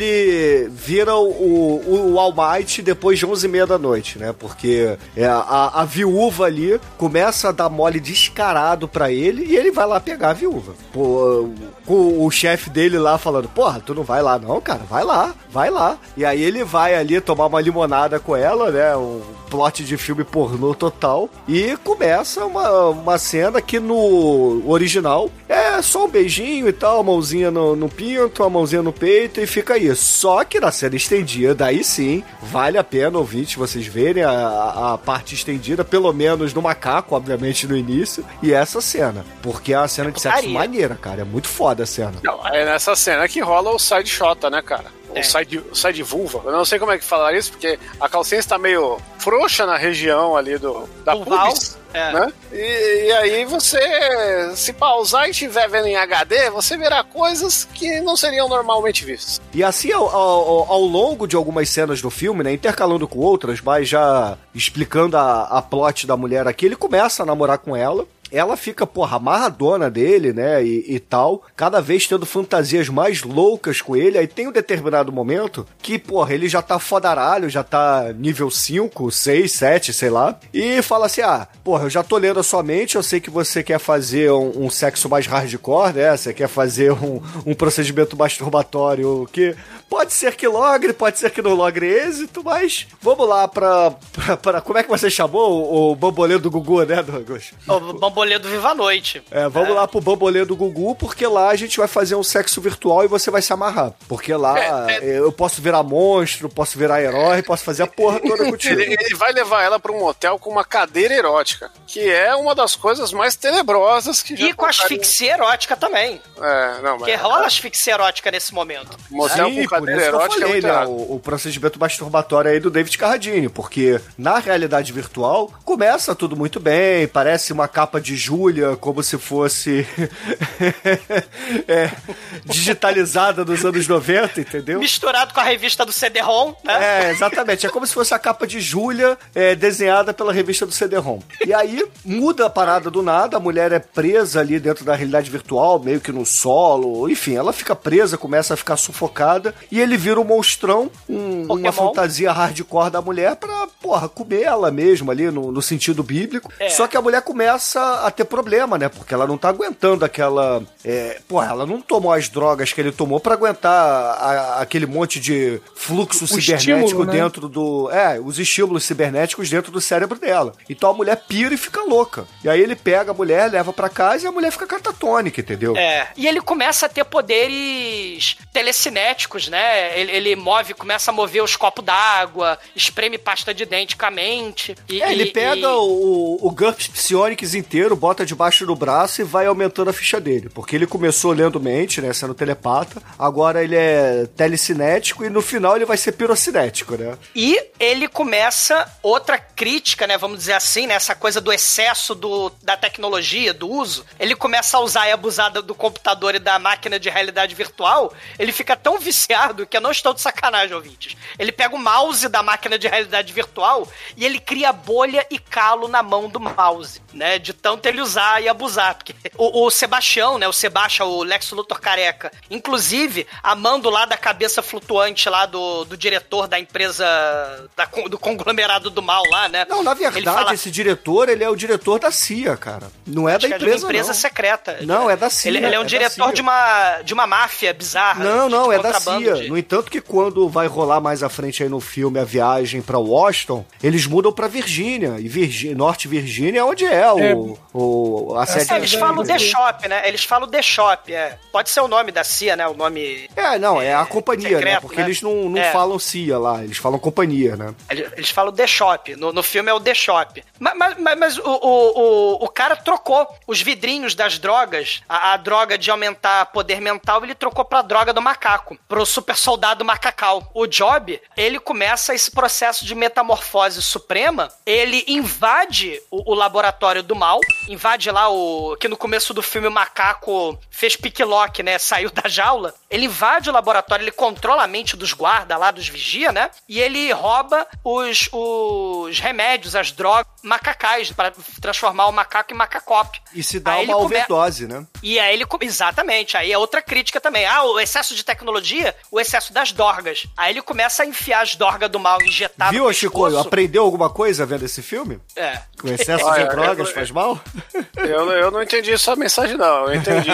ele vira o, o, o All Might depois de onze e meia da noite, né? Porque é, a, a viúva ali começa a dar mole descarado pra ele e ele vai lá pegar a viúva. Pô, com o chefe dele lá falando, porra, tu não vai lá não, cara, vai lá, vai lá. E aí ele vai ali tomar uma limonada com ela, né, um plot de filme pornô total, e começa uma, uma cena que no original é só um beijinho e tal, a mãozinha no, no pinto, a mãozinha no peito e fica aí. Só que na cena estendida, aí sim, vale a pena, ouvinte, vocês verem a, a parte estendida, pelo menos no macaco, obviamente, no início, e essa cena. Porque é uma cena de sexo maneira, cara. É muito foda a cena. Não, é nessa cena que rola o side shot, né, cara? O é. side, side vulva. Eu não sei como é que falar isso, porque a calcinha está meio frouxa na região ali do, da pubis, é. né? E, e aí você, se pausar e estiver vendo em H D, você verá coisas que não seriam normalmente vistas. E assim, ao, ao, ao longo de algumas cenas do filme, né, intercalando com outras, mas já explicando a, a plot da mulher aqui, ele começa a namorar com ela. Ela fica, porra, amarradona dele, né, e, e tal, cada vez tendo fantasias mais loucas com ele. Aí tem um determinado momento que, porra, ele já tá fodaralho, já tá nível cinco, seis, sete, sei lá, e fala assim, ah, porra, eu já tô lendo a sua mente, eu sei que você quer fazer um, um sexo mais hardcore, né, você quer fazer um, um procedimento masturbatório que pode ser que logre, pode ser que não logre êxito, mas vamos lá pra, pra, pra como é que você chamou o, o bambolê do Gugu, né, Douglas? O bambolê do Viva a Noite. É, vamos é. lá pro bambolê do Gugu, porque lá a gente vai fazer um sexo virtual e você vai se amarrar. Porque lá é, é... eu posso virar monstro, posso virar herói, posso fazer a porra toda contigo. Ele, ele vai levar ela pra um motel com uma cadeira erótica, que é uma das coisas mais tenebrosas que já E com asfixia erótica também. É, não, mas... Porque rola asfixia erótica nesse momento. Motel Sim, com cadeira erótica falei, é muito né, o, o procedimento masturbatório aí do David Carradine, porque na realidade virtual começa tudo muito bem, parece uma capa de de Júlia como se fosse é, digitalizada dos anos noventa, entendeu? Misturado com a revista do C D-ROM, né? É, exatamente. É como se fosse a capa de Júlia é, desenhada pela revista do C D-ROM. E aí muda a parada do nada, a mulher é presa ali dentro da realidade virtual, meio que no solo, enfim, ela fica presa, começa a ficar sufocada, e ele vira um monstrão, um, uma fantasia hardcore da mulher pra, porra, comer ela mesmo ali, no, no sentido bíblico. É. Só que a mulher começa a ter problema, né? Porque ela não tá aguentando aquela... É, porra, ela não tomou as drogas que ele tomou pra aguentar a, aquele monte de fluxo o cibernético estímulo, dentro né? do... É, os estímulos cibernéticos dentro do cérebro dela. Então a mulher pira e fica louca. E aí ele pega a mulher, leva pra casa e a mulher fica catatônica, entendeu? É, e ele começa a ter poderes telecinéticos, né? Ele, ele move, começa a mover os copos d'água, espreme pasta de dente com a mente. E, é, ele e, pega e... o, o GURPS Psionics inteiro, bota debaixo do braço e vai aumentando a ficha dele. Porque ele começou lendo mente, né? Sendo telepata. Agora ele é telecinético e no final ele vai ser pirocinético, né? E ele começa outra crítica, né? Vamos dizer assim, né? Essa coisa do excesso do, da tecnologia, do uso. Ele começa a usar e abusar do computador e da máquina de realidade virtual. Ele fica tão viciado que eu não estou de sacanagem, ouvintes. Ele pega o mouse da máquina de realidade virtual e ele cria bolha e calo na mão do mouse, né? De tanto ele usar e abusar. Porque o, o Sebastião, né? O Sebastião, o Lex Luthor careca, inclusive, a mando lá da cabeça flutuante lá do, do diretor da empresa, da, do conglomerado do mal lá, né? Não, na verdade, fala... esse diretor, ele é o diretor da C I A, cara. Não é Acho da que empresa, é de uma empresa não. secreta. Não, é da C I A. Ele, ele é um é diretor de uma, de uma máfia bizarra. Não, não, é da C I A. De... No entanto que quando vai rolar mais à frente aí no filme a viagem pra Washington, eles mudam pra Virgínia. E Virgí... Norte Virgínia é onde é o... É. o a sede é, eles falam The Shop, né? Eles falam The Shop, é. Pode ser o nome da C I A, né? O nome... É, não, é, é a companhia, secreto, né? Porque né? eles não, não é. falam C I A lá, eles falam companhia, né? Eles, eles falam The Shop. No, no filme é o The Shop. Mas, mas, mas o, o, o, o cara trocou os vidrinhos das drogas, a, a droga de aumentar poder mental, ele trocou pra droga do macaco, pro super soldado macacal. O Job, ele começa esse processo de metamorfose suprema, ele invade o, o laboratório do mal, invade lá o... que no começo do filme o macaco fez pick-lock, né? Saiu da jaula. Ele invade o laboratório, ele controla a mente dos guardas lá, dos vigia, né? E ele rouba os, os remédios, as drogas macacais, para transformar o macaco em macacop. E se dá aí uma overdose, come... né? E aí ele... Exatamente. Aí é outra crítica também. Ah, o excesso de tecnologia, o excesso das dorgas. Aí ele começa a enfiar as dorgas do mal, injetar Viu, Chico? Aprendeu alguma coisa vendo esse filme? É. O excesso de Olha, drogas eu, faz mal? Eu, eu não entendi essa mensagem, não. Eu entendi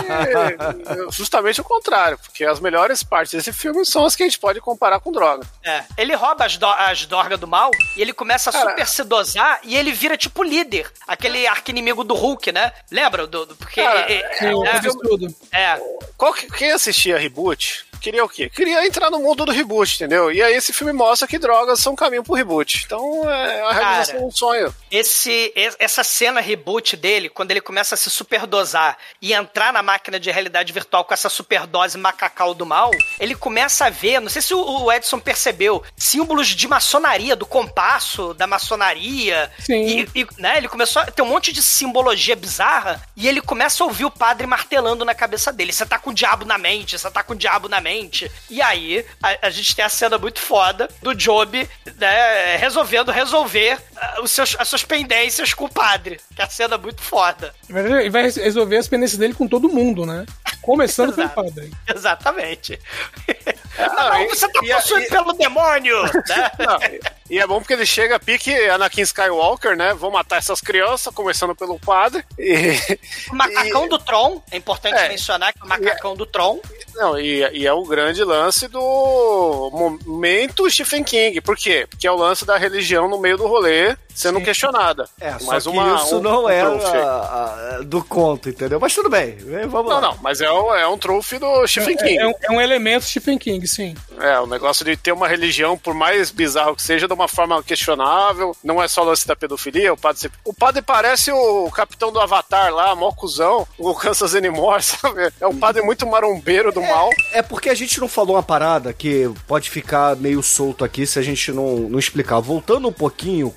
que justamente o contrário, porque as melhores partes desse filme são as que a gente pode comparar com droga. É. Ele rouba as, do, as dorgas do mal e ele começa a Cara, super se dosar e ele vira tipo líder. Aquele arqui-inimigo do Hulk, né? Lembra? Do, do, porque Cara, é, é, é, tudo. É. Qual que, quem assistia Reboot queria o quê? Queria entrar no mundo do reboot, entendeu? E aí esse filme mostra que drogas são um caminho pro reboot. Então é a realização de um sonho. Esse, essa cena reboot dele, quando ele começa a se superdosar e entrar na máquina de realidade virtual com essa superdose macacal do mal, ele começa a ver, não sei se o Edson percebeu, símbolos de maçonaria, do compasso da maçonaria. Sim. E, e né, ele começou a ter um monte de simbologia bizarra e ele começa a ouvir o padre martelando na cabeça dele. Você tá com o diabo na mente, você tá com o diabo na mente. E aí, a, a gente tem a cena muito foda do Job, né, resolvendo resolver uh, os seus, as suas pendências com o padre. Que é a cena muito foda. Ele vai resolver as pendências dele com todo mundo, né? Começando pelo padre. Exatamente. Não, não, você tá possuído pelo demônio! Né? Não, e é bom porque ele chega, pique Anakin Skywalker, né? Vão matar essas crianças, começando pelo padre. E, o macacão e, do Tron, é importante é, mencionar que é o macacão e, do Tron. Não, e, e é o grande lance do momento Stephen King. Por quê? Porque é o lance da religião no meio do rolê, sendo Sim. questionada. É, mas só que uma, isso um, não um é a, a, do conto, entendeu? Mas tudo bem, vamos não, lá. Não, não, mas é, o, é um trunfo do Stephen é, King. É um, é um elemento Stephen King, sim. É, o negócio de ter uma religião, por mais bizarro que seja, de uma forma questionável. Não é só o lance da pedofilia. O padre, sempre... o padre parece o capitão do Avatar lá, mó cuzão, o Kansas Anymore, sabe? É um padre muito marombeiro do é, mal. É porque a gente não falou uma parada que pode ficar meio solto aqui se a gente não, não explicar. Voltando um pouquinho, quando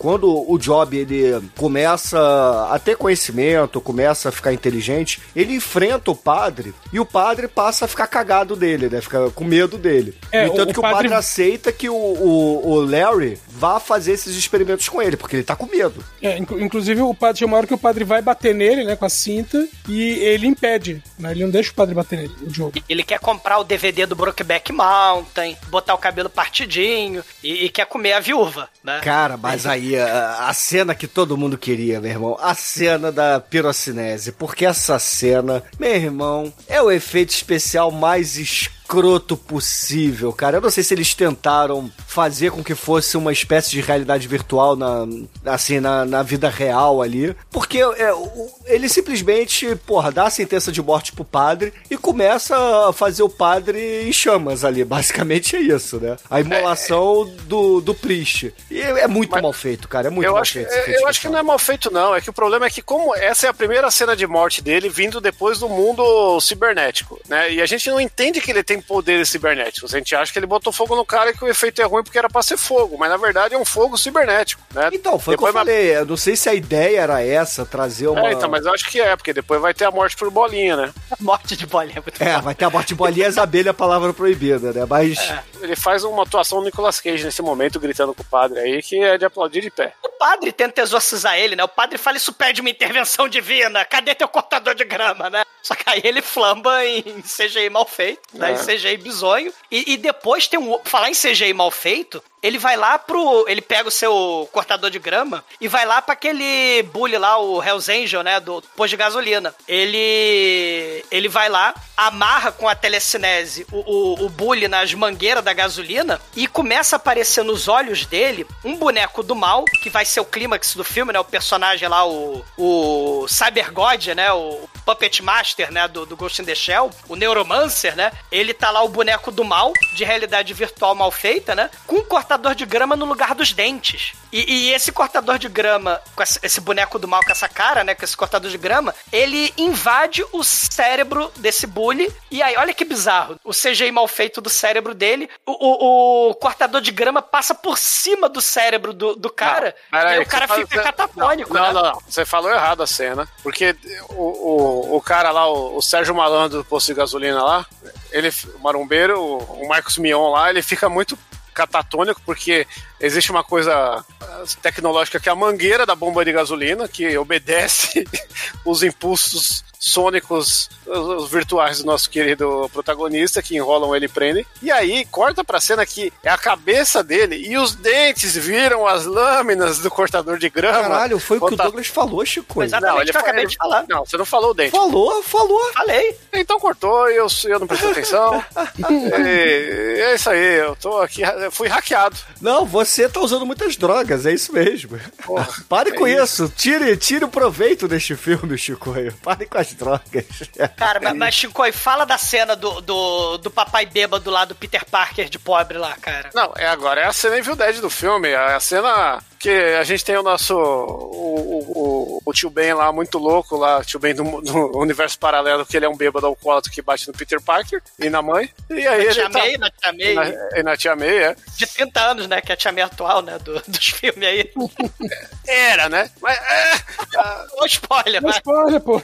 o Job, ele começa a ter conhecimento, começa a ficar inteligente, ele enfrenta o padre e o padre passa a ficar cagado dele, né? Fica com medo dele. É, e tanto o que padre... o padre aceita que o, o, o Larry vá fazer esses experimentos com ele, porque ele tá com medo. É, inc- inclusive o padre, chega uma hora que o padre vai bater nele, né, com a cinta, e ele impede, né? Ele não deixa o padre bater nele, o Joe. Ele quer comprar o D V D do Brokeback Mountain, botar o cabelo partidinho e, e quer comer a viúva, né? Cara, mas aí a, a cena que todo mundo queria, meu irmão, a cena da pirocinese, porque essa cena, meu irmão, é o efeito especial mais escroto possível, cara. Eu não sei se eles tentaram fazer com que fosse uma espécie de realidade virtual na, assim, na, na vida real ali, porque é, o, ele simplesmente, porra, dá a sentença de morte pro padre e começa a fazer o padre em chamas ali, basicamente é isso, né? A imolação é, do, do priest. E é, é muito mas, mal feito, cara, é muito eu mal acho, feito. Eu, eu acho que não é mal feito, não. É que o problema é que como essa é a primeira cena de morte dele vindo depois do mundo cibernético, né? E a gente não entende que ele tem poderes cibernéticos. A gente acha que ele botou fogo no cara e que o efeito é ruim porque era pra ser fogo, mas na verdade é um fogo cibernético, né? Então, foi o que eu vai... falei. Eu não sei se a ideia era essa, trazer uma... É, então, mas eu acho que é, porque depois vai ter a morte por bolinha, né? Morte de bolinha. Muito é, bom. vai ter a morte de bolinha e as abelhas, a palavra proibida, né? Mas... É. Ele faz uma atuação do Nicolas Cage nesse momento, gritando com o padre aí, que é de aplaudir de pé. O padre tenta exorcizar ele, né? O padre fala, isso pede uma intervenção divina. Cadê teu cortador de grama, né? Só que aí ele flamba em C G I mal feito, né? É. Em C G I bizonho. E, e depois tem um... Falar em C G I mal feito... Ele vai lá pro... Ele pega o seu cortador de grama e vai lá pra aquele bully lá, o Hells Angel, né? Do posto de gasolina. Ele... Ele vai lá, amarra com a telecinese o, o, o bully nas mangueiras da gasolina e começa a aparecer nos olhos dele um boneco do mal, que vai ser o clímax do filme, né? O personagem lá, o... O Cyber God, né? O Puppet Master, né? Do, do Ghost in the Shell. O Neuromancer, né? Ele tá lá o boneco do mal, de realidade virtual mal feita, né? Com um cortador de grama no lugar dos dentes. E, e esse cortador de grama, com esse boneco do mal com essa cara, né? Com esse cortador de grama, ele invade o cérebro desse bully. E aí, olha que bizarro. O C G I mal feito do cérebro dele, o, o, o cortador de grama passa por cima do cérebro do, do cara. Não, e aí, aí o cara fica fala, catatônico, não, né? Não, não, não. Você falou errado a cena. Porque o, o, o cara lá, o, o Sérgio Malandro do posto de gasolina lá, ele, o marombeiro, o, o Marcos Mion lá, ele fica muito catatônico, porque existe uma coisa tecnológica que é a mangueira da bomba de gasolina, que obedece os impulsos sônicos, os virtuais do nosso querido protagonista, que enrolam ele e prendem. E aí, corta pra cena que é a cabeça dele e os dentes viram as lâminas do cortador de grama. Caralho, foi o que Conta... o Douglas falou, Chico. Exatamente não, ele o que eu acabei ele... de falar. Não, você não falou o dente. Falou, falou. Falei. Então cortou e eu, eu não prestei atenção. e, é isso aí, eu tô aqui, eu fui hackeado. Não, você tá usando muitas drogas, é isso mesmo. Porra, Pare é com isso. isso. Tire, tire o proveito deste filme, Chico. Pare com as drogas. Cara, mas, mas Chico, fala da cena do, do, do papai bêbado lá, do Peter Parker de pobre lá, cara. Não, é agora é a cena Evil Dead do filme, é a cena que a gente tem o nosso o, o, o tio Ben lá, muito louco lá, tio Ben do, do universo paralelo, que ele é um bêbado alcoólatra que bate no Peter Parker e na mãe, e aí na ele tia tá... May, na tia May. Na, e na tia May, é. De trinta anos, né, que é a tia May atual, né, do, dos filmes aí. Era, né? Mas, é... Ô, spoiler, mas... spoiler, pô.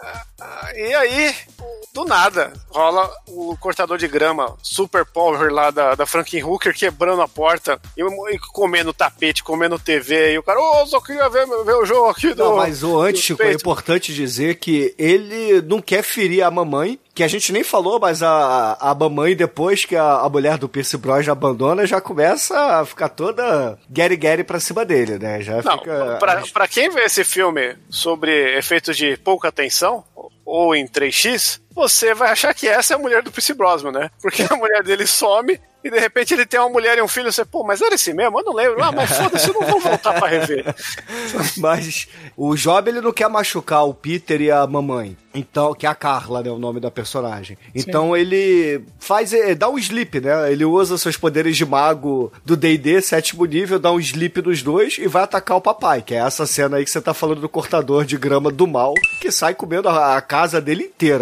E aí, do nada, rola o cortador de grama Super Power lá da, da Franklin Hooker quebrando a porta e, e comendo tapete, comendo T V. E o cara, ô, oh, só queria ver, ver o jogo aqui do... Não, mas o antes, Chico, é importante dizer que ele não quer ferir a mamãe, que a gente nem falou, mas a, a mamãe, depois que a, a mulher do Pierce Brosnan abandona, já começa a ficar toda gueri-gueri pra cima dele, né? Já não, fica... pra, pra quem vê esse filme sobre efeitos de pouca atenção, ou em três x, você vai achar que essa é a mulher do Pierce Brosnan, né? Porque a mulher dele some e de repente ele tem uma mulher e um filho, você, pô, mas era esse mesmo? Eu não lembro. Ah, mas foda-se, eu não vou voltar pra rever. Mas o Job, ele não quer machucar o Peter e a mamãe. Então, que é a Carla, né, o nome da personagem. Então Sim. ele faz, dá um sleep, né? Ele usa seus poderes de mago do D e D, sétimo nível, dá um sleep nos dois e vai atacar o papai, que é essa cena aí que você tá falando do cortador de grama do mal, que sai comendo a, a casa dele inteira, né? Essa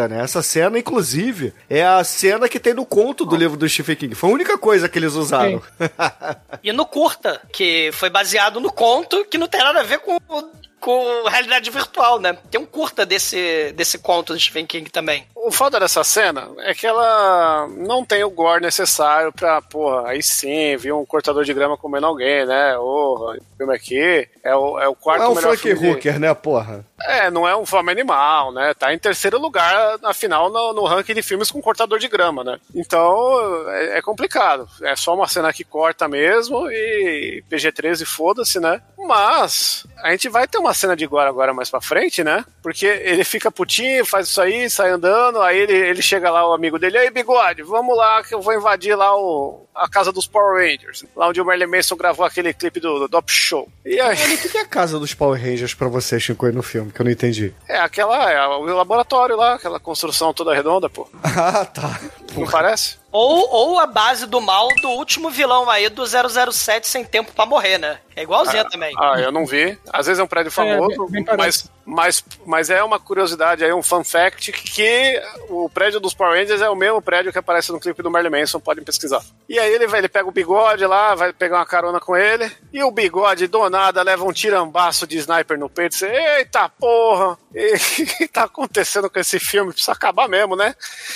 cena, inclusive, é a cena que tem no conto do livro do Stephen King. Foi a única coisa que eles usaram. E no curta, que foi baseado no conto, que não tem nada a ver com, com realidade virtual, né? Tem um curta desse, desse conto do Stephen King também. O foda dessa cena é que ela não tem o gore necessário pra, porra, aí sim, viu um cortador de grama comendo alguém, né? Ô, o filme aqui é o, é o quarto não é um melhor Frank filme. Hooker, né, porra? É, não é um Fome Animal, né? Tá em terceiro lugar, afinal, no, no ranking de filmes com cortador de grama, né? Então, é, é complicado. É só uma cena que corta mesmo e P G treze, foda-se, né? Mas, a gente vai ter uma cena de gore agora mais pra frente, né? Porque ele fica putinho, faz isso aí, sai andando, aí ele, ele chega lá, o amigo dele, aí, bigode, vamos lá que eu vou invadir lá o, a casa dos Power Rangers, lá onde o Marilyn Manson gravou aquele clipe do, do Dop Show. E aí... O que é a casa dos Power Rangers pra você, Chico, aí no filme, que eu não entendi? É aquela, é o laboratório lá, aquela construção toda redonda, pô. Ah, tá. Não parece? Ou, ou a base do mal do último vilão aí do zero zero sete Sem Tempo Pra Morrer, né? É igualzinho ah, também. Ah, eu não vi. Às vezes é um prédio famoso, é, bem, bem mas, mas, mas é uma curiosidade aí, um fun fact, que o prédio dos Power Rangers é o mesmo prédio que aparece no clipe do Marilyn Manson, podem pesquisar. E aí ele, vai, ele pega o bigode lá, vai pegar uma carona com ele, e o bigode, do nada, leva um tirambaço de sniper no peito, e você, eita porra, o que tá acontecendo com esse filme? Precisa acabar mesmo, né?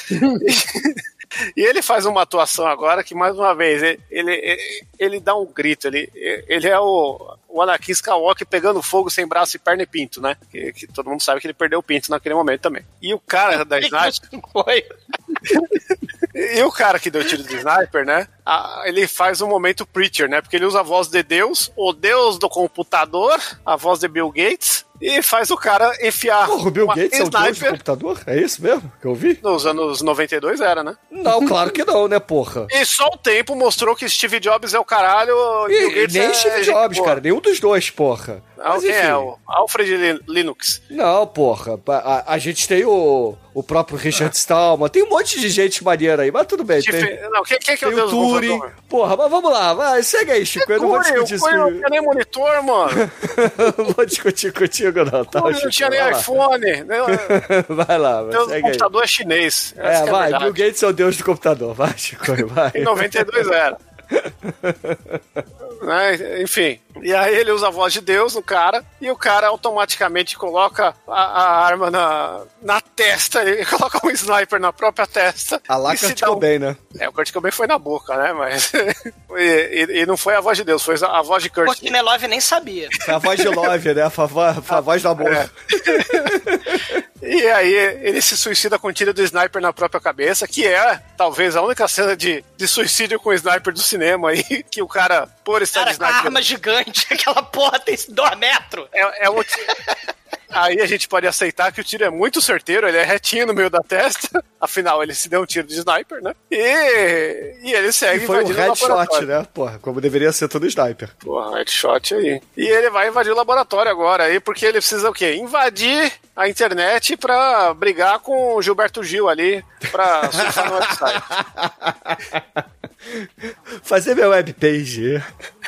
E ele faz uma atuação agora que, mais uma vez, ele, ele, ele dá um grito. Ele, ele é o, o Anakin Skywalker pegando fogo sem braço e perna e pinto, né? Que, que todo mundo sabe que ele perdeu o pinto naquele momento também. E o cara da Sniper... Foi. E o cara que deu o tiro do Sniper, né? A, ele faz um momento Preacher, né? Porque ele usa a voz de Deus, o Deus do computador, a voz de Bill Gates... E faz o cara enfiar. Porra, o Bill Gates é o deus do computador? É isso mesmo que eu vi? Nos anos noventa e dois era, né? Não, claro que não, né, porra? E só o tempo mostrou que Steve Jobs é o caralho. E, Bill Gates nem é Steve Jobs, porra. Cara. Nenhum dos dois, porra. Mas, quem é? O Alfred Linux. Não, porra. A, a gente tem o, o próprio Richard Stallman. Tem um monte de gente maneira aí, mas tudo bem. Steve... Tem, não, quem, quem que é o Deus do computador? Porra, mas vamos lá. Vai, segue aí, Chico. Eu não vou discutir isso. Eu não tinha nem monitor, mano. Não vou discutir contigo, não. Tá, Pô, não tinha nem iPhone. Né? Vai lá, vai. Deus do computador aí. É chinês. É, é vai. Bill Gates é o deus do computador. Vai, Chico. Vai. Em noventa e dois era. Né? Enfim, e aí ele usa a voz de Deus no cara e o cara automaticamente coloca a, a arma na, na testa, ele coloca um sniper na própria testa. A lá Kurt Cobain, um... né? É, o Kurt Cobain foi na boca, né? Mas e, e, e não foi a voz de Deus, foi a voz de Kurt. Porque Love nem sabia. Foi a voz de Love, né? A, a, a voz do amor. É. E aí ele se suicida com um tiro do sniper na própria cabeça, que é talvez a única cena de, de suicídio com sniper do cinema aí, que o cara, por estar cara, de sniper... Cara, arma gigante, aquela porra tem dois metros. É, é um... Aí a gente pode aceitar que o tiro é muito certeiro, ele é retinho no meio da testa, afinal ele se deu um tiro de sniper, né? E, e ele segue e foi um headshot, né? Porra, como deveria ser todo sniper. Porra, headshot aí. E ele vai invadir o laboratório agora aí, porque ele precisa o quê? Invadir a internet pra brigar com o Gilberto Gil ali, pra surfar no website. Fazer minha webpage.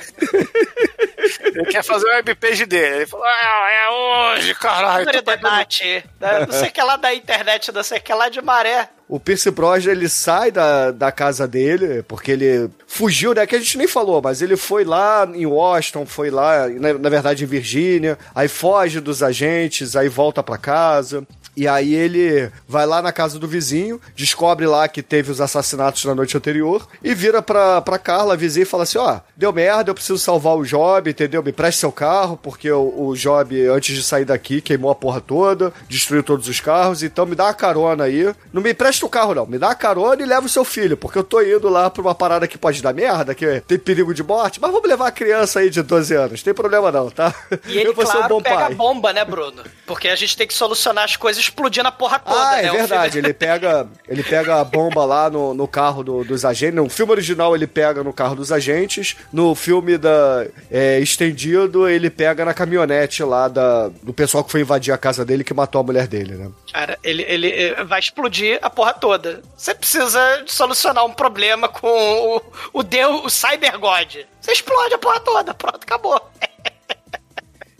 Ele quer fazer o webpage dele. Ele falou, ah, é hoje, caralho. Debate, não sei que lá da internet, não sei que lá de maré. O Pierce Brosnan, ele sai da, da casa dele, porque ele fugiu, né? Que a gente nem falou, mas ele foi lá em Washington, foi lá, na, na verdade, em Virgínia, aí foge dos agentes, aí volta pra casa. E aí ele vai lá na casa do vizinho, descobre lá que teve os assassinatos na noite anterior e vira pra, pra Carla, a vizinha, e fala assim, ó, deu merda, eu preciso salvar o Job, entendeu? Me preste seu carro, porque o, o Job, antes de sair daqui, queimou a porra toda, destruiu todos os carros, então me dá uma carona aí. Não me presta o carro, não. Me dá uma carona e leva o seu filho, porque eu tô indo lá pra uma parada que pode dar merda, que tem perigo de morte, mas vamos levar a criança aí de doze anos, tem problema não, tá? E ele, eu vou claro, ser um bom pega pai. a bomba, né, Bruno? Porque a gente tem que solucionar as coisas explodindo a porra toda, ah, né? é verdade, ele pega, ele pega a bomba lá no, no carro do, dos agentes, no filme original ele pega no carro dos agentes, no filme da, é, estendido ele pega na caminhonete lá da, do pessoal que foi invadir a casa dele, que matou a mulher dele, né? Cara, ele, ele vai explodir a porra toda. Você precisa solucionar um problema com o, o Deus, o Cyber God. Você explode a porra toda, pronto, acabou.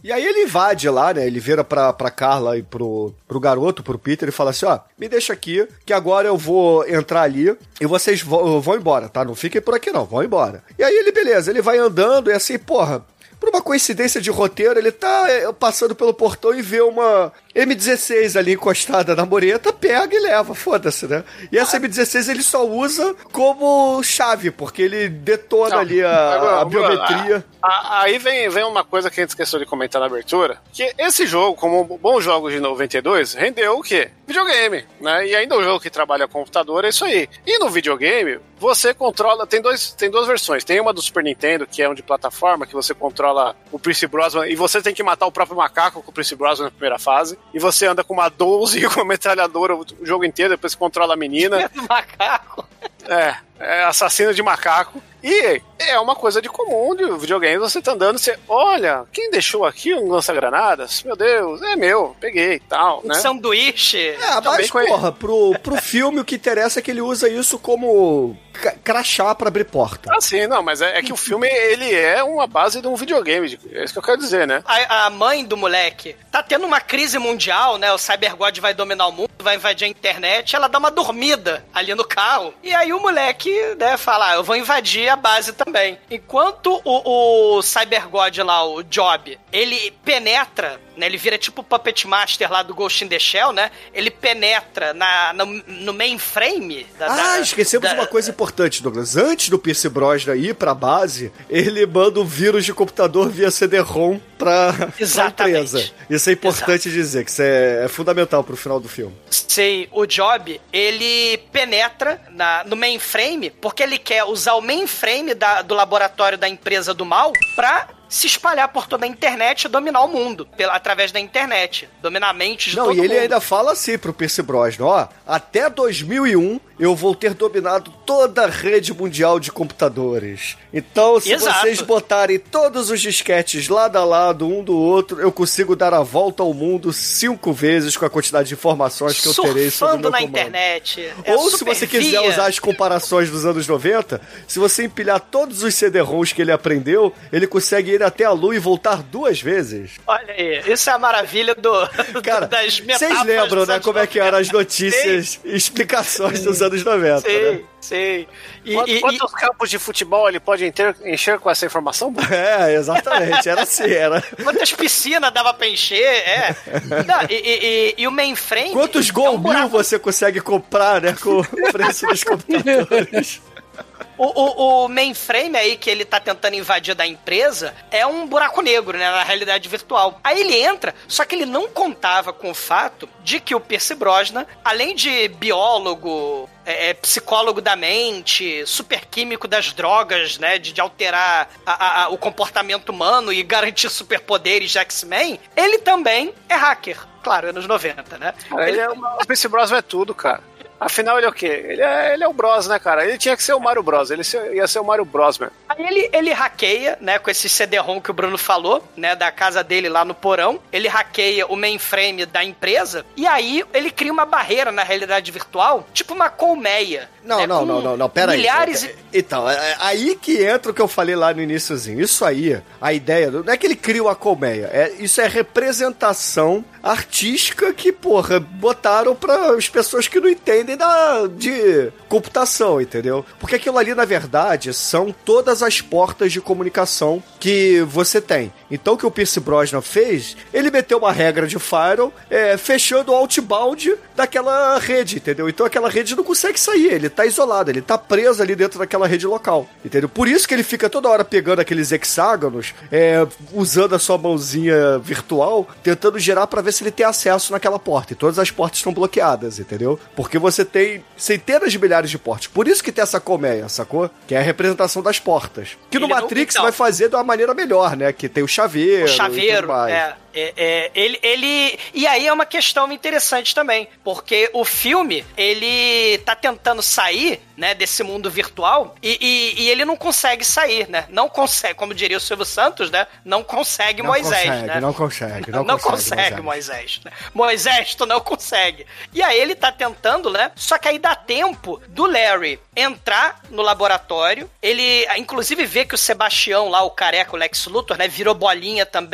E aí ele invade lá, né? Ele vira pra, pra Carla e pro, pro garoto, pro Peter, e fala assim, ó, me deixa aqui, que agora eu vou entrar ali e vocês vão, vão embora, tá? Não fiquem por aqui não, vão embora. E aí ele, beleza, ele vai andando e assim, porra, por uma coincidência de roteiro, ele tá é, passando pelo portão e vê uma M dezesseis ali encostada na mureta, pega e leva, foda-se, né? E essa M dezesseis ele só usa como chave, porque ele detona não, ali a, a biometria. A, a, aí vem, vem uma coisa que a gente esqueceu de comentar na abertura, que esse jogo, como bons jogos de noventa e dois, rendeu o quê? Videogame, né? E ainda o jogo que trabalha computador é isso aí. E no videogame, você controla, tem, dois, tem duas versões, tem uma do Super Nintendo, que é um de plataforma, que você controla o Pierce Brosnan, e você tem que matar o próprio macaco com o Pierce Brosnan na primeira fase, e você anda com uma doze e com uma metralhadora o jogo inteiro, depois você controla a menina. Macaco. É, é assassino de macaco. E é uma coisa de comum de videogame, você tá andando, você, olha, quem deixou aqui um lança-granadas? Meu Deus, é meu, peguei e tal, um né? sanduíche. É, mas porra, pro, pro filme o que interessa é que ele usa isso como crachá pra abrir porta. Ah, sim, não, mas é, é que o filme, ele é uma base de um videogame, é isso que eu quero dizer, né? A, a mãe do moleque tá tendo uma crise mundial, né? O Cybergod vai dominar o mundo, vai invadir a internet, ela dá uma dormida ali no carro, e aí o moleque, né, fala, ah, eu vou invadir a base também. Enquanto o, o Cybergod lá, o Job, ele penetra, né, ele vira tipo o Puppet Master lá do Ghost in the Shell, né? Ele penetra na, no, no mainframe da... Ah, da, esquecemos da, uma coisa importante, Douglas. Antes do Pierce Brosnan ir pra base, ele manda um vírus de computador via C D-ROM pra, pra empresa. Isso é importante Exato. dizer, que isso é, é fundamental pro final do filme. Sei, o Job, ele penetra na, no mainframe porque ele quer usar o mainframe da, do laboratório da empresa do mal pra se espalhar por toda a internet e dominar o mundo, pela, através da internet. Dominar a mente de Não, todo mundo. Não, e ele mundo. ainda fala assim pro Pierce Brosnan, ó, até dois mil e um eu vou ter dominado toda a rede mundial de computadores. Então, se Exato. vocês botarem todos os disquetes lado a lado, um do outro, eu consigo dar a volta ao mundo cinco vezes com a quantidade de informações que Surfando eu terei sobre o meu na comando. internet. É Ou se você quiser via. usar as comparações dos anos noventa, se você empilhar todos os C D-ROMs que ele aprendeu, ele consegue ir até a Lua e voltar duas vezes. Olha aí, isso é a maravilha do, Cara, das metáforas. Vocês lembram, né, como é que eram as notícias e explicações dos anos noventa, sim, né? Sim, e, Quanto, e, Quantos e... campos de futebol ele pode encher, encher com essa informação? É, exatamente, era assim, era. Quantas piscinas dava pra encher, é. Não, e, e, e, e o mainframe... Quantos Gol é um Mil você consegue comprar, né, com o preço dos computadores? O, o, o mainframe aí que ele tá tentando invadir da empresa é um buraco negro, né, na realidade virtual. Aí ele entra, só que ele não contava com o fato de que o Pierce Brosnan, além de biólogo, é, é, psicólogo da mente, superquímico das drogas, né, de, de alterar a, a, a, o comportamento humano e garantir superpoderes de X-Men, ele também é hacker. Claro, anos noventa, né? Cara, ele... Ele é uma... O Pierce Brosnan é tudo, cara. Afinal, ele é o quê? Ele é, ele é o Bros, né, cara? Ele tinha que ser o Mario Bros. Ele ia ser o Mario Brosman. Aí ele, ele hackeia, né, com esse C D-ROM que o Bruno falou, né, da casa dele lá no porão. Ele hackeia o mainframe da empresa e aí ele cria uma barreira na realidade virtual, tipo uma colmeia. Não, né, não, não, não, não, pera milhares aí. Milhares e... Então, é aí que entra o que eu falei lá no iniciozinho. Isso aí, a ideia, não é que ele cria uma colmeia, é, isso é representação artística que, porra, botaram para as pessoas que não entendem da, de computação, entendeu? Porque aquilo ali, na verdade, são todas as portas de comunicação que você tem. Então, o que o Pierce Brosnan fez, ele meteu uma regra de firewall, é, fechando o outbound daquela rede, entendeu? Então, aquela rede não consegue sair, ele tá isolado, ele tá preso ali dentro daquela rede local, entendeu? Por isso que ele fica toda hora pegando aqueles hexágonos, é, usando a sua mãozinha virtual, tentando girar pra ver se ele tem acesso naquela porta. E todas as portas estão bloqueadas, entendeu? Porque você tem centenas de milhares de portas. Por isso que tem essa colmeia, sacou? Que é a representação das portas. Que no ele Matrix não... vai fazer de uma maneira melhor, né? Que tem o chaveiro. O chaveiro, é. É, é, ele, ele... E aí é uma questão interessante também, porque o filme, ele tá tentando sair, né, desse mundo virtual e, e, e ele não consegue sair, né? Não consegue, como diria o Silvio Santos, né? Não consegue não Moisés, consegue, né? Não consegue, não, não consegue, consegue Moisés. Moisés, né? Moisés, tu não consegue. E aí ele tá tentando, né? Só que aí dá tempo do Larry entrar no laboratório, ele inclusive vê que o Sebastião lá, o careca, o Lex Luthor, né, virou bolinha também.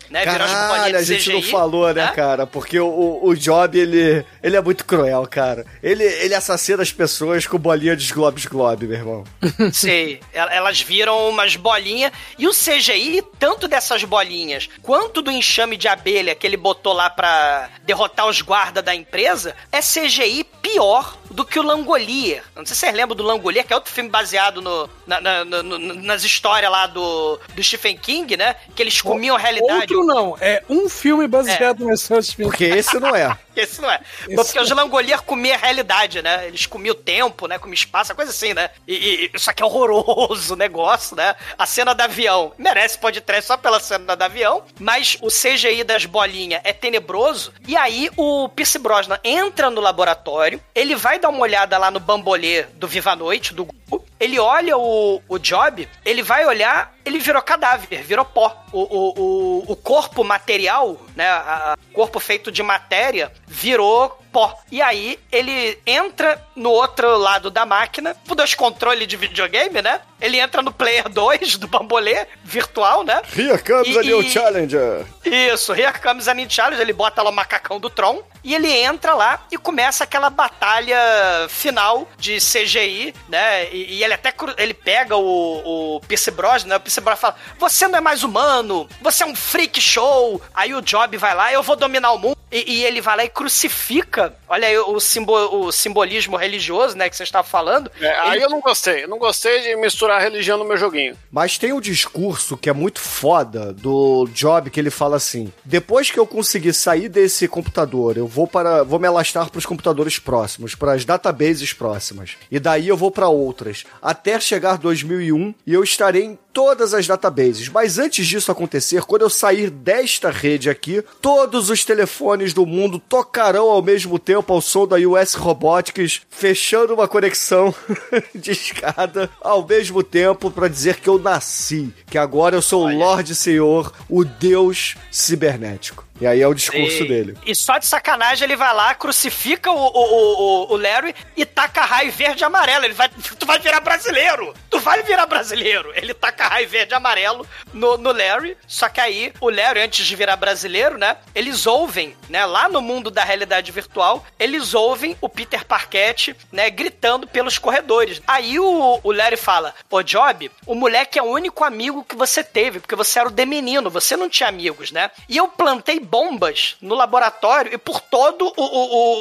né? Caralho, a gente C G I, não falou, né, né? cara? Porque o, o Job, ele, ele é muito cruel, cara. Ele, ele assassina as pessoas com bolinha de globes-globe, meu irmão. Sei, elas viram umas bolinhas, e o C G I, tanto dessas bolinhas, quanto do enxame de abelha que ele botou lá pra derrotar os guardas da empresa, é C G I pior do que o Langolier. Não sei se vocês lembram do Langolier, que é outro filme baseado no, na, na, no, nas histórias lá do, do Stephen King, né? Que eles comiam a realidade. Outro não, é um filme baseado É. na história de Stephen King. Porque esse não é. Esse não é. Esse Porque não. os Langolier comiam a realidade, né? Eles comiam o tempo, né? Comiam espaço, coisa assim, né? E, e, só que é horroroso o negócio, né? A cena do avião merece podcast só pela cena do avião, mas o C G I das bolinhas é tenebroso. E aí o Pierce Brosnan entra no laboratório, ele vai dar uma olhada lá no bambolê do Viva a Noite, do Google. Ele olha o, o Job, ele vai olhar, ele virou cadáver, virou pó. O, o, o, o corpo material, né, o corpo feito de matéria, virou pó. E aí, ele entra no outro lado da máquina, por dois controles de videogame, né? Ele entra no Player dois do bambolê virtual, né? Here comes E- a new e- challenger. Isso, Here Comes a New Challenge, ele bota lá o macacão do Tron, e ele entra lá e começa aquela batalha final de C G I, né? E, e ele até cru- ele pega o, o Pierce Brosnan, né? O Pierce Brosnan fala, você não é mais humano, você é um freak show. Aí o Job vai lá, eu vou dominar o mundo. E, e ele vai lá e crucifica, olha aí o, simbo, o simbolismo religioso, né, que você estava falando. É, aí Ele- eu não gostei. Eu não gostei de misturar religião no meu joguinho. Mas tem um discurso que é muito foda do Job, que ele fala assim: depois que eu conseguir sair desse computador, eu vou para vou me alastrar para os computadores próximos, para as databases próximas. E daí eu vou para outras, até chegar dois mil e um e eu estarei em todas as databases. Mas antes disso acontecer, quando eu sair desta rede aqui, todos os telefones do mundo tocarão ao mesmo tempo ao som da U S Robotics, fechando uma conexão de escada ao mesmo tempo para dizer que eu nasci, que agora eu sou o Lorde Senhor, o Deus cibernético. E aí é o discurso E- dele. E só de sacanagem ele vai lá, crucifica o, o, o, o Larry e taca raio verde e amarelo. Ele vai, tu vai virar brasileiro! Tu vai virar brasileiro! Ele taca raio verde e amarelo no, no Larry. Só que aí, o Larry, antes de virar brasileiro, né? Eles ouvem, né? Lá no mundo da realidade virtual, eles ouvem o Peter Parquet, né? Gritando pelos corredores. Aí o, o Larry fala, ô Job, o moleque é o único amigo que você teve, porque você era o de menino, você não tinha amigos, né? E eu plantei bombas no laboratório e por todo o, o,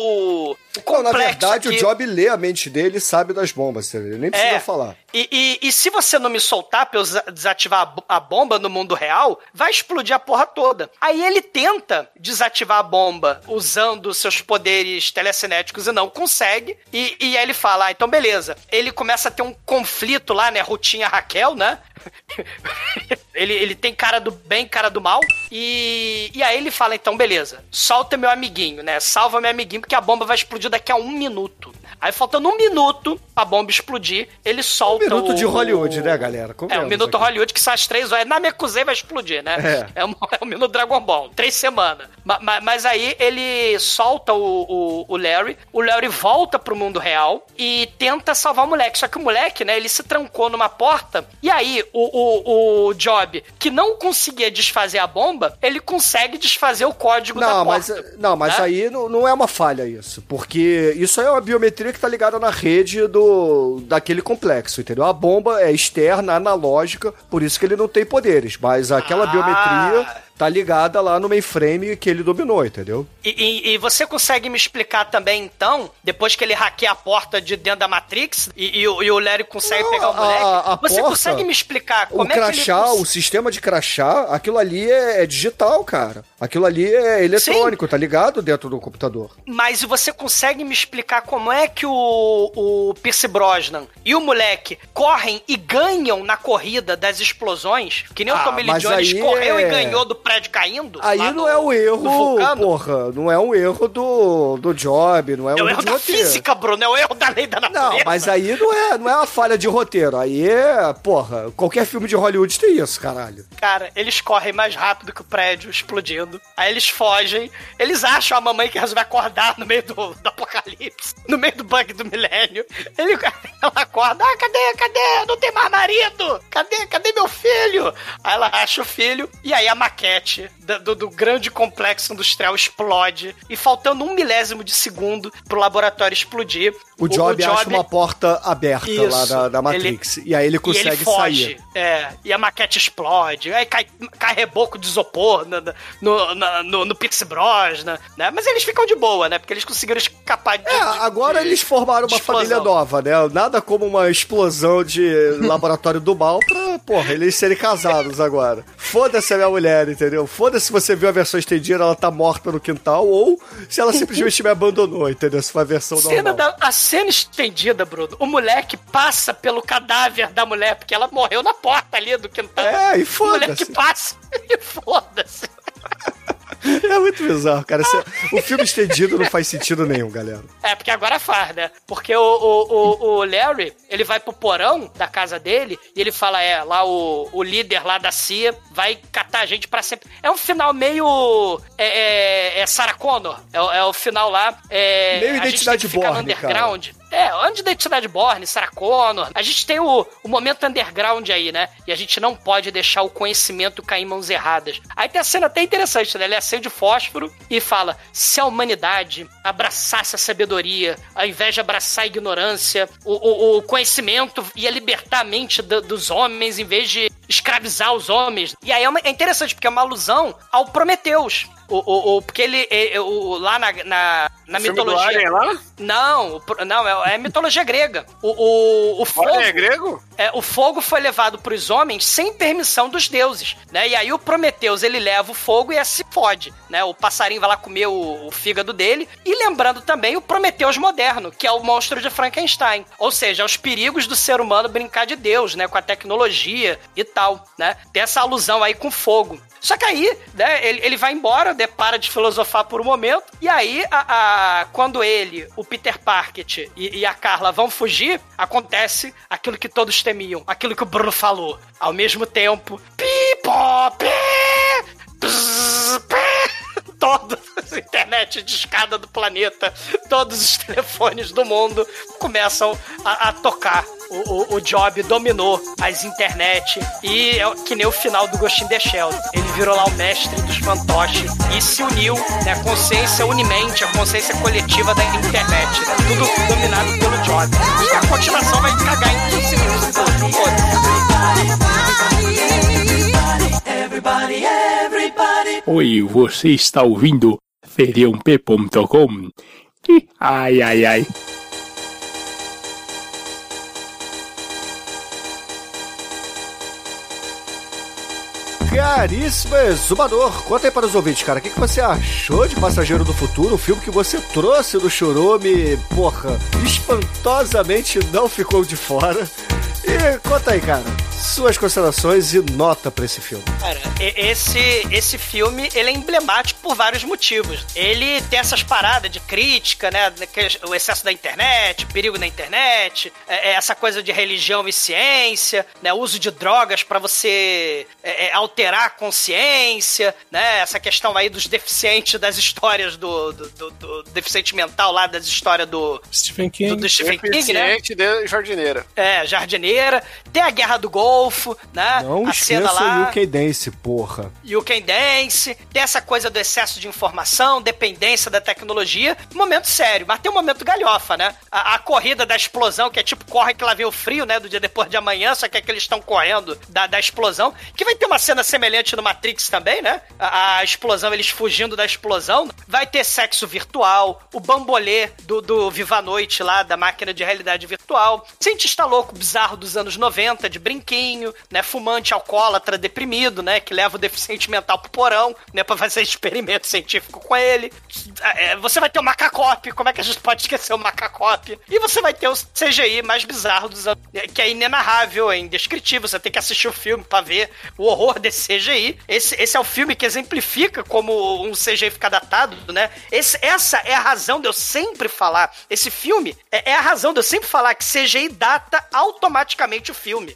o, o Não, complexo na verdade, aqui. o Job lê a mente dele e sabe das bombas, ele nem precisa É. falar. E, e, e se você não me soltar pra eu desa- desativar a bo- a bomba no mundo real, vai explodir a porra toda. Aí ele tenta desativar a bomba usando seus poderes telecinéticos e não consegue. E, e aí ele fala, ah, então beleza. Ele começa a ter um conflito lá, né? Rutinha Raquel, né? ele, ele tem cara do bem, cara do mal. E, e aí ele fala, então beleza, solta meu amiguinho, né? Salva meu amiguinho, porque a bomba vai explodir daqui a um minuto. Aí faltando um minuto pra bomba explodir, ele solta Um minuto o, de Hollywood, o- né, galera? É, Convenhamos um minuto aqui. Hollywood, que são as três horas. Na Mekuzei vai explodir, né? É. É, um, é um minuto Dragon Ball. Três semanas. Ma, ma, mas aí ele solta o, o, o Larry. O Larry volta pro mundo real e tenta salvar o moleque. Só que o moleque, né, ele se trancou numa porta. E aí o, o, o Job, que não conseguia desfazer a bomba, ele consegue desfazer o código da Não, mas, porta. não, mas né? aí não, não é uma falha isso, porque isso aí é uma biometria que tá ligada na rede do, daquele complexo, entendeu? A bomba é externa, analógica, por isso que ele não tem poderes, mas aquela Ah. biometria tá ligada lá no mainframe que ele dominou, entendeu? E, e- e você consegue me explicar também, então, depois que ele hackeia a porta de dentro da Matrix e, e o- e o Larry consegue Não, pegar o moleque, a- a você porta, consegue me explicar O como é que ele... crachá, cons- o sistema de crachá, aquilo ali é, é digital, cara. Aquilo ali é eletrônico, tá ligado dentro do computador. Mas você consegue me explicar como é que o, o Pierce Brosnan e o moleque correm e ganham na corrida das explosões? Que nem Ah, o Tommy Lee mas Jones aí correu é- e ganhou do prédio caindo? Aí lá não do- é o do erro, vulcano? porra. Não é um erro do, do Job, não é um É o erro erro de da roteiro. física, Bruno, é o erro da lei da natureza. Não, mas aí não é, não é uma falha de roteiro. Aí é, porra, qualquer filme de Hollywood tem isso, caralho. Cara, eles correm mais rápido que o prédio explodindo. Aí eles fogem. Eles acham a mamãe que resolve acordar no meio do, do apocalipse. No meio do bug do milênio. Ele, ela acorda. Ah, cadê, cadê? Não tem mais marido. Cadê, cadê meu filho? Aí ela acha o filho. E aí a maquete maquete do, do, do grande complexo industrial explode e faltando um milésimo de segundo pro laboratório explodir. O Job, o, o Job acha uma porta aberta isso, lá da, da Matrix. Ele, e aí ele consegue e ele foge, sair. É, e a maquete explode. Aí cai, cai reboco de isopor no, no, no, no, no Pierce Brosnan, né? Mas eles ficam de boa, né? Porque eles conseguiram escapar de... É, agora de, eles formaram uma família nova, né? Nada como uma explosão de laboratório do mal pra, porra, eles serem casados agora. Foda-se a minha mulher, entendeu? Foda-se se você viu a versão estendida, ela tá morta no quintal, ou se ela simplesmente me abandonou, entendeu? Se foi a versão cena normal. Da, a cena estendida, Bruno, o moleque passa pelo cadáver da mulher, porque ela morreu na porta ali do quintal. É, e foda-se. O moleque passa e foda-se. É muito bizarro, cara. O filme estendido não faz sentido nenhum, galera. É, porque agora faz, né? Porque o, o, o, o Larry, ele vai pro porão da casa dele e ele fala, é, lá o, o líder lá da C I A vai catar a gente pra sempre. É um final meio... É, é, é Sarah Connor. É, é o final lá... É, meio Identidade Borne, underground. Cara. É, antes de Identidade Borne, Sarah Connor. A gente tem o, o momento underground aí, né? E a gente não pode deixar o conhecimento cair em mãos erradas. Aí tem a cena até interessante, né? Ele acende fósforo e fala, se a humanidade abraçasse a sabedoria, ao invés de abraçar a ignorância, o, o, o conhecimento ia libertar a mente do, dos homens, em vez de escravizar os homens. E aí é, uma, é interessante, porque é uma alusão ao Prometeus. O, o, o, porque ele, ele o, lá na, na, na mitologia... lá? Não, o, não, é, é mitologia grega. O, o, o fogo... é grego? É, o fogo foi levado pros homens sem permissão dos deuses, né? E aí o Prometeus, ele leva o fogo e se fode, né? O passarinho vai lá comer o, o fígado dele. E lembrando também o Prometeus moderno, que é o monstro de Frankenstein. Ou seja, os perigos do ser humano brincar de Deus, né? Com a tecnologia e tal, né? Tem essa alusão aí com fogo. Só que aí, né, ele, ele vai embora, né, para de filosofar por um momento, e aí, a, a, quando ele, o Peter Parker e, e a Carla vão fugir, acontece aquilo que todos temiam, aquilo que o Bruno falou. Ao mesmo tempo, pi-pó-pi, toda a internet de escada do planeta, todos os telefones do mundo começam a, a tocar. O, o, o Job dominou as internet e é que nem o final do Ghost in the Shell. Ele virou lá o mestre dos fantoches e se uniu, né? A consciência unimente, a consciência coletiva da internet. Né? Tudo dominado pelo Job. E a continuação vai cagar em quinze minutos. Everybody, everybody. Oi, você está ouvindo ferião p ponto com? Ai, ai, ai. Caríssimo Exumador, conta aí para os ouvintes, cara, o que, que você achou de Passageiro do Futuro, o filme que você trouxe do Chorume, porra, espantosamente não ficou de fora. E conta aí, cara, suas considerações e nota pra esse filme. Cara, esse, esse filme, ele é emblemático por vários motivos. Ele tem essas paradas de crítica, né, o excesso da internet, o perigo da internet, essa coisa de religião e ciência, né, o uso de drogas pra você é, alterar a consciência, né, essa questão aí dos deficientes das histórias do, do, do, do deficiente mental lá, das histórias do Stephen King, do, do Stephen King, né? De jardineira. É, jardineira. Tem a Guerra do Golfo, né? Não a cena lá. o U K Dance, porra. U K Dance. Tem essa coisa do excesso de informação, dependência da tecnologia. Momento sério, mas tem um momento galhofa, né? A, a corrida da explosão, que é tipo, corre que lá vem o frio, né? Do dia depois de amanhã, só que é que eles estão correndo da, da explosão. Que vai ter uma cena semelhante no Matrix também, né? A, a explosão, eles fugindo da explosão. Vai ter sexo virtual, o bambolê do, do Viva a Noite lá, da máquina de realidade virtual. Cientista louco, bizarro dos anos noventa, de brinquinho, né, fumante, alcoólatra, deprimido, né, que leva o deficiente mental pro porão, né, pra fazer experimento científico com ele. É, você vai ter o Macacop, como é que a gente pode esquecer o Macacop? E você vai ter o C G I mais bizarro dos anos, que é inenarrável, é indescritível, você tem que assistir o filme pra ver o horror desse C G I. Esse, esse é o filme que exemplifica como um C G I fica datado, né? Esse, essa é a razão de eu sempre falar, esse filme é, é a razão de eu sempre falar que C G I data automaticamente o filme. Esse filme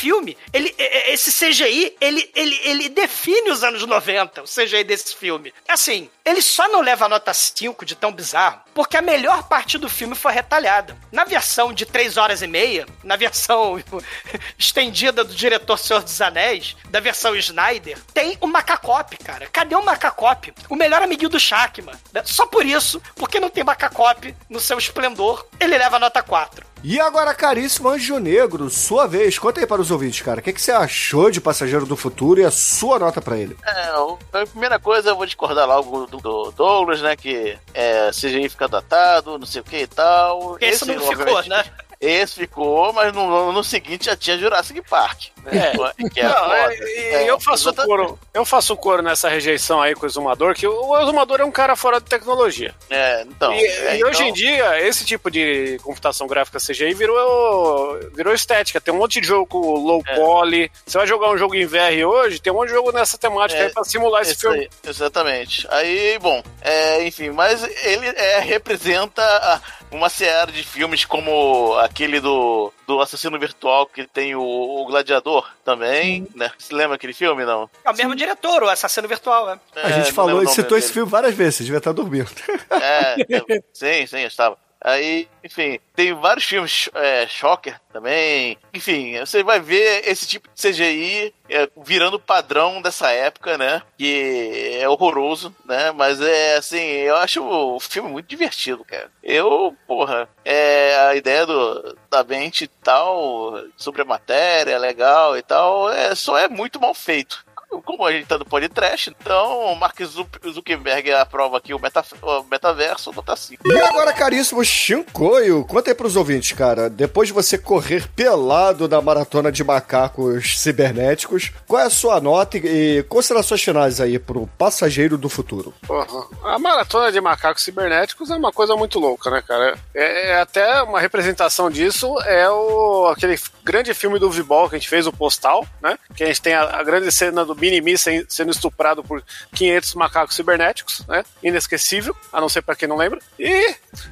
filme, ele, esse C G I, ele, ele, ele define os anos noventa, o C G I desse filme. Assim, ele só não leva a nota cinco de tão bizarro, porque a melhor parte do filme foi retalhada. Na versão de três horas e meia, na versão estendida do diretor Senhor dos Anéis, da versão Snyder, tem o Macacop, cara. Cadê o Macacop? O melhor amiguinho do Shakman. Só por isso, porque não tem Macacop no seu esplendor, ele leva a nota quatro. E agora, caríssimo Anjo Negro, sua vez. Conta aí para os ouvintes, cara. O que, que você achou de Passageiro do Futuro e a sua nota pra ele? É, a primeira coisa, eu vou discordar logo do, do Douglas, né? Que é, C G I fica datado, não sei o que e tal. Esse, Esse não ficou, né? Esse ficou, mas no, no seguinte já tinha Jurassic Park. Né? É. Que é não, foda. É, é, eu faço coro, eu faço coro nessa rejeição aí com o Exumador, que o, o Exumador é um cara fora de tecnologia. É, então. E, é, e então... hoje em dia, esse tipo de computação gráfica C G I virou, virou estética. Tem um monte de jogo low é. poly. Você vai jogar um jogo em V R hoje, tem um monte de jogo nessa temática é, aí pra simular esse filme. Aí, exatamente. Aí, bom, é, enfim, mas ele é, representa uma série de filmes como aquele do, do Assassino Virtual, que tem o, o Gladiador também, sim, né? Você lembra aquele filme, não? É o mesmo sim, diretor, o Assassino Virtual, né? É, a gente falou e citou esse filme várias vezes, você devia estar dormindo. É, sim, sim, eu estava. Aí, enfim, tem vários filmes, é, Shocker também. Enfim, você vai ver esse tipo de C G I é, virando padrão dessa época, né? Que é horroroso, né? Mas é assim, eu acho o filme muito divertido, cara. Eu, porra, é, a ideia do, da mente e tal, sobre a matéria, legal e tal, é, só é muito mal feito. Como a gente tá no podcast, então o Mark Zuckerberg aprova aqui o, meta, o metaverso, nota cinco. E agora, caríssimo Shinkoio, conta aí pros ouvintes, cara. Depois de você correr pelado na maratona de macacos cibernéticos, qual é a sua nota e, e considerações finais aí pro Passageiro do Futuro? Uhum. A maratona de macacos cibernéticos é uma coisa muito louca, né, cara? É, é até uma representação disso é o, aquele grande filme do V-Ball que a gente fez, o Postal, né? Que a gente tem a, a grande cena do Mini-Me sendo estuprado por quinhentos macacos cibernéticos, né? Inesquecível, a não ser pra quem não lembra. E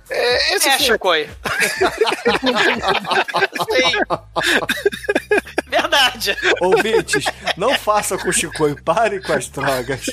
é, esse é, filme... Chicoio. Verdade. Ouvintes, não façam com o Chicoio, parem com as drogas.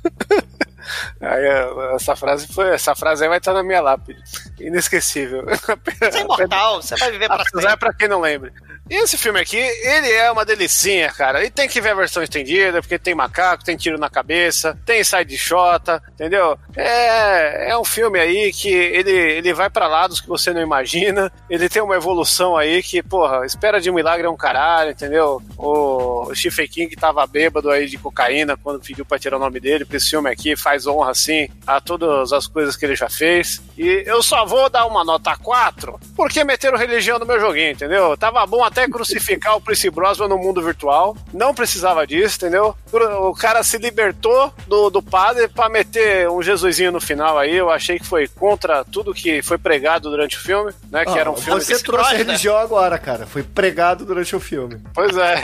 Aí, essa frase foi, essa frase aí vai estar na minha lápide. Inesquecível. Você é imortal, você vai viver pra sempre. Apesar pra quem não lembra. E esse filme aqui, ele é uma delicinha, cara. E tem que ver a versão estendida, porque tem macaco, tem tiro na cabeça, tem side shot, entendeu? É, é um filme aí que ele, ele vai pra lados que você não imagina. Ele tem uma evolução aí que, porra, espera de um milagre é um caralho, entendeu? O Stephen King tava bêbado aí de cocaína quando pediu pra tirar o nome dele, pra esse filme aqui faz honra, assim, a todas as coisas que ele já fez. E eu só vou dar uma nota quatro porque meteram religião no meu joguinho, entendeu? Tava bom até crucificar o Pierce Brosnan no mundo virtual. Não precisava disso, entendeu? O cara se libertou do, do padre pra meter um Jesusinho no final aí. Eu achei que foi contra tudo que foi pregado durante o filme, né? Que ah, era um filme... Você trouxe a religião agora, cara. Foi pregado durante o filme. Pois é.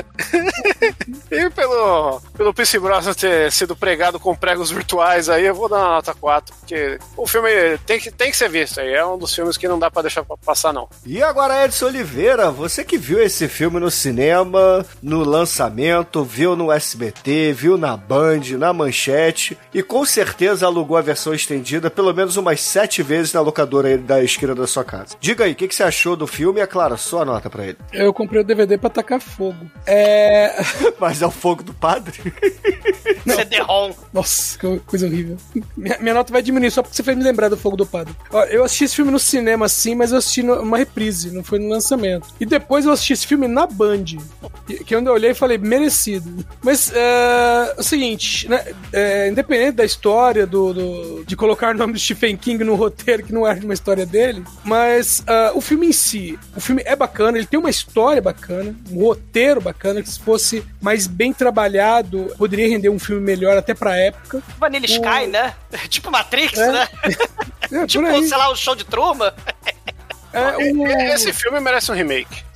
E pelo, pelo Pierce Brosnan ter sido pregado com pregos virtuais aí, eu vou dar uma nota quatro. Porque o filme tem que, tem que ser visto aí. É um dos filmes que não dá pra deixar passar, não. E agora, Edson Oliveira, você que viu esse filme no cinema, no lançamento, viu no S B T, viu na Band, na Manchete e com certeza alugou a versão estendida pelo menos umas sete vezes na locadora aí da esquina da sua casa. Diga aí, o que, que você achou do filme e, é claro, sua nota pra ele. Eu comprei o D V D pra tacar fogo. É... Mas é o fogo do padre? C D-ROM. Nossa, que coisa horrível. Minha, minha nota vai diminuir só porque você fez me lembrar do fogo do padre. Ó, eu assisti esse filme no cinema sim, mas eu assisti numa reprise, não foi no lançamento. E depois eu assisti esse filme na Band, que é onde eu olhei e falei, merecido. Mas é, é o seguinte, né, é, independente da história do, do, de colocar o nome do Stephen King no roteiro, que não é uma história dele, mas uh, o filme em si, o filme é bacana, ele tem uma história bacana, um roteiro bacana, que se fosse mais bem trabalhado, poderia render um filme melhor até pra época. Vanilla o... Sky, né? Tipo Matrix, é. né? É, tipo, sei lá, o Show de Truman. É, o... Esse filme merece um remake.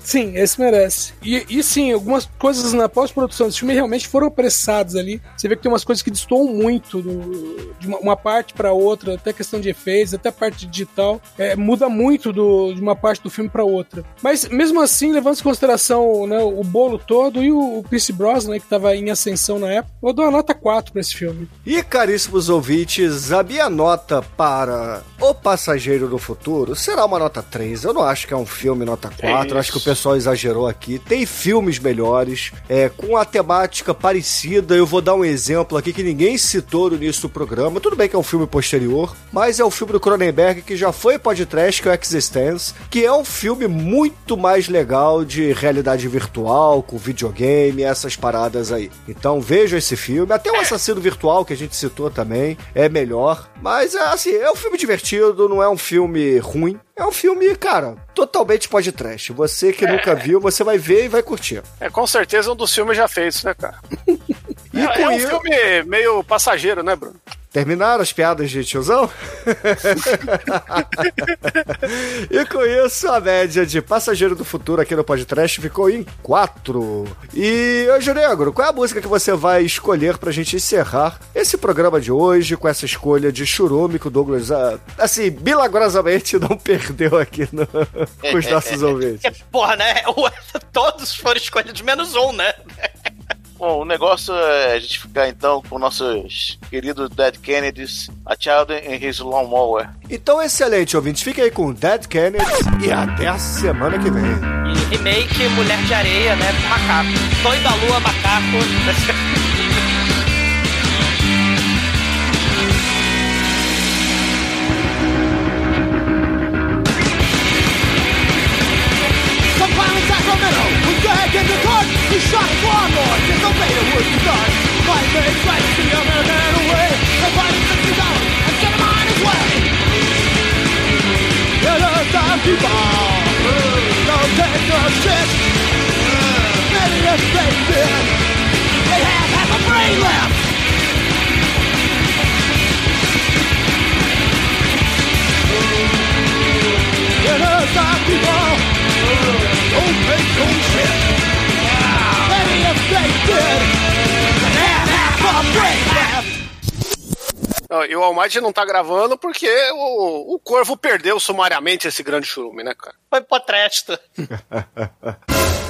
Sim, esse merece. E, e sim, algumas coisas na pós-produção desse filme realmente foram apressadas ali. Você vê que tem umas coisas que destoam muito do, de uma, uma parte pra outra, até questão de efeitos, até a parte digital. É, muda muito do, de uma parte do filme pra outra. Mas mesmo assim, levando em consideração, né, o bolo todo e o, o Pierce Brosnan, né, que tava em ascensão na época, eu dou uma nota quatro pra esse filme. E caríssimos ouvintes, a minha nota para O Passageiro do Futuro será uma nota três. Eu não acho que é um filme nota quatro, acho que o pessoal exagerou aqui. Tem filmes melhores, é, com a temática parecida. Eu vou dar um exemplo aqui que ninguém citou no início do programa. Tudo bem que é um filme posterior, mas é o filme do Cronenberg que já foi podcast, que é o Existence, que é um filme muito mais legal de realidade virtual, com videogame, essas paradas aí. Então veja esse filme. Até o Assassino Virtual, que a gente citou também, é melhor. Mas, assim, é um filme divertido, não é um filme ruim. É um filme, cara, totalmente podcast. Você que é. nunca viu, você vai ver e vai curtir. É com certeza um dos filmes já feitos, né, cara? E é, é um isso... filme meio passageiro, né, Bruno? Terminaram as piadas de tiozão? E com isso, a média de Passageiro do Futuro aqui no podcast ficou em quatro. E, Anjo Negro, qual é a música que você vai escolher pra gente encerrar esse programa de hoje com essa escolha de Churume que o Douglas, assim, milagrosamente não perdeu aqui no... com os nossos ouvintes? Porra, né? Todos foram escolhidos, menos um, né? Bom, o negócio é a gente ficar então com nossos queridos Dead Kennedys, A Child in His Lawnmower. Então, excelente, ouvintes. Fiquem aí com Dead Kennedys e até a semana que vem. E remake Mulher de Areia, né? Com macaco. Sonho da Lua, macaco. In the court, he shot his lawnmower, disobeyed a word he done. My maid tried to steal the man away, and find him sixty dollars and sent him on his way. Get us some people, don't take no shit. Many if they did, they have half a brain left. Get us some people, don't take no shit. E o Almighty não tá gravando porque o, o Corvo perdeu sumariamente esse grande churume, né, cara? Foi potresto.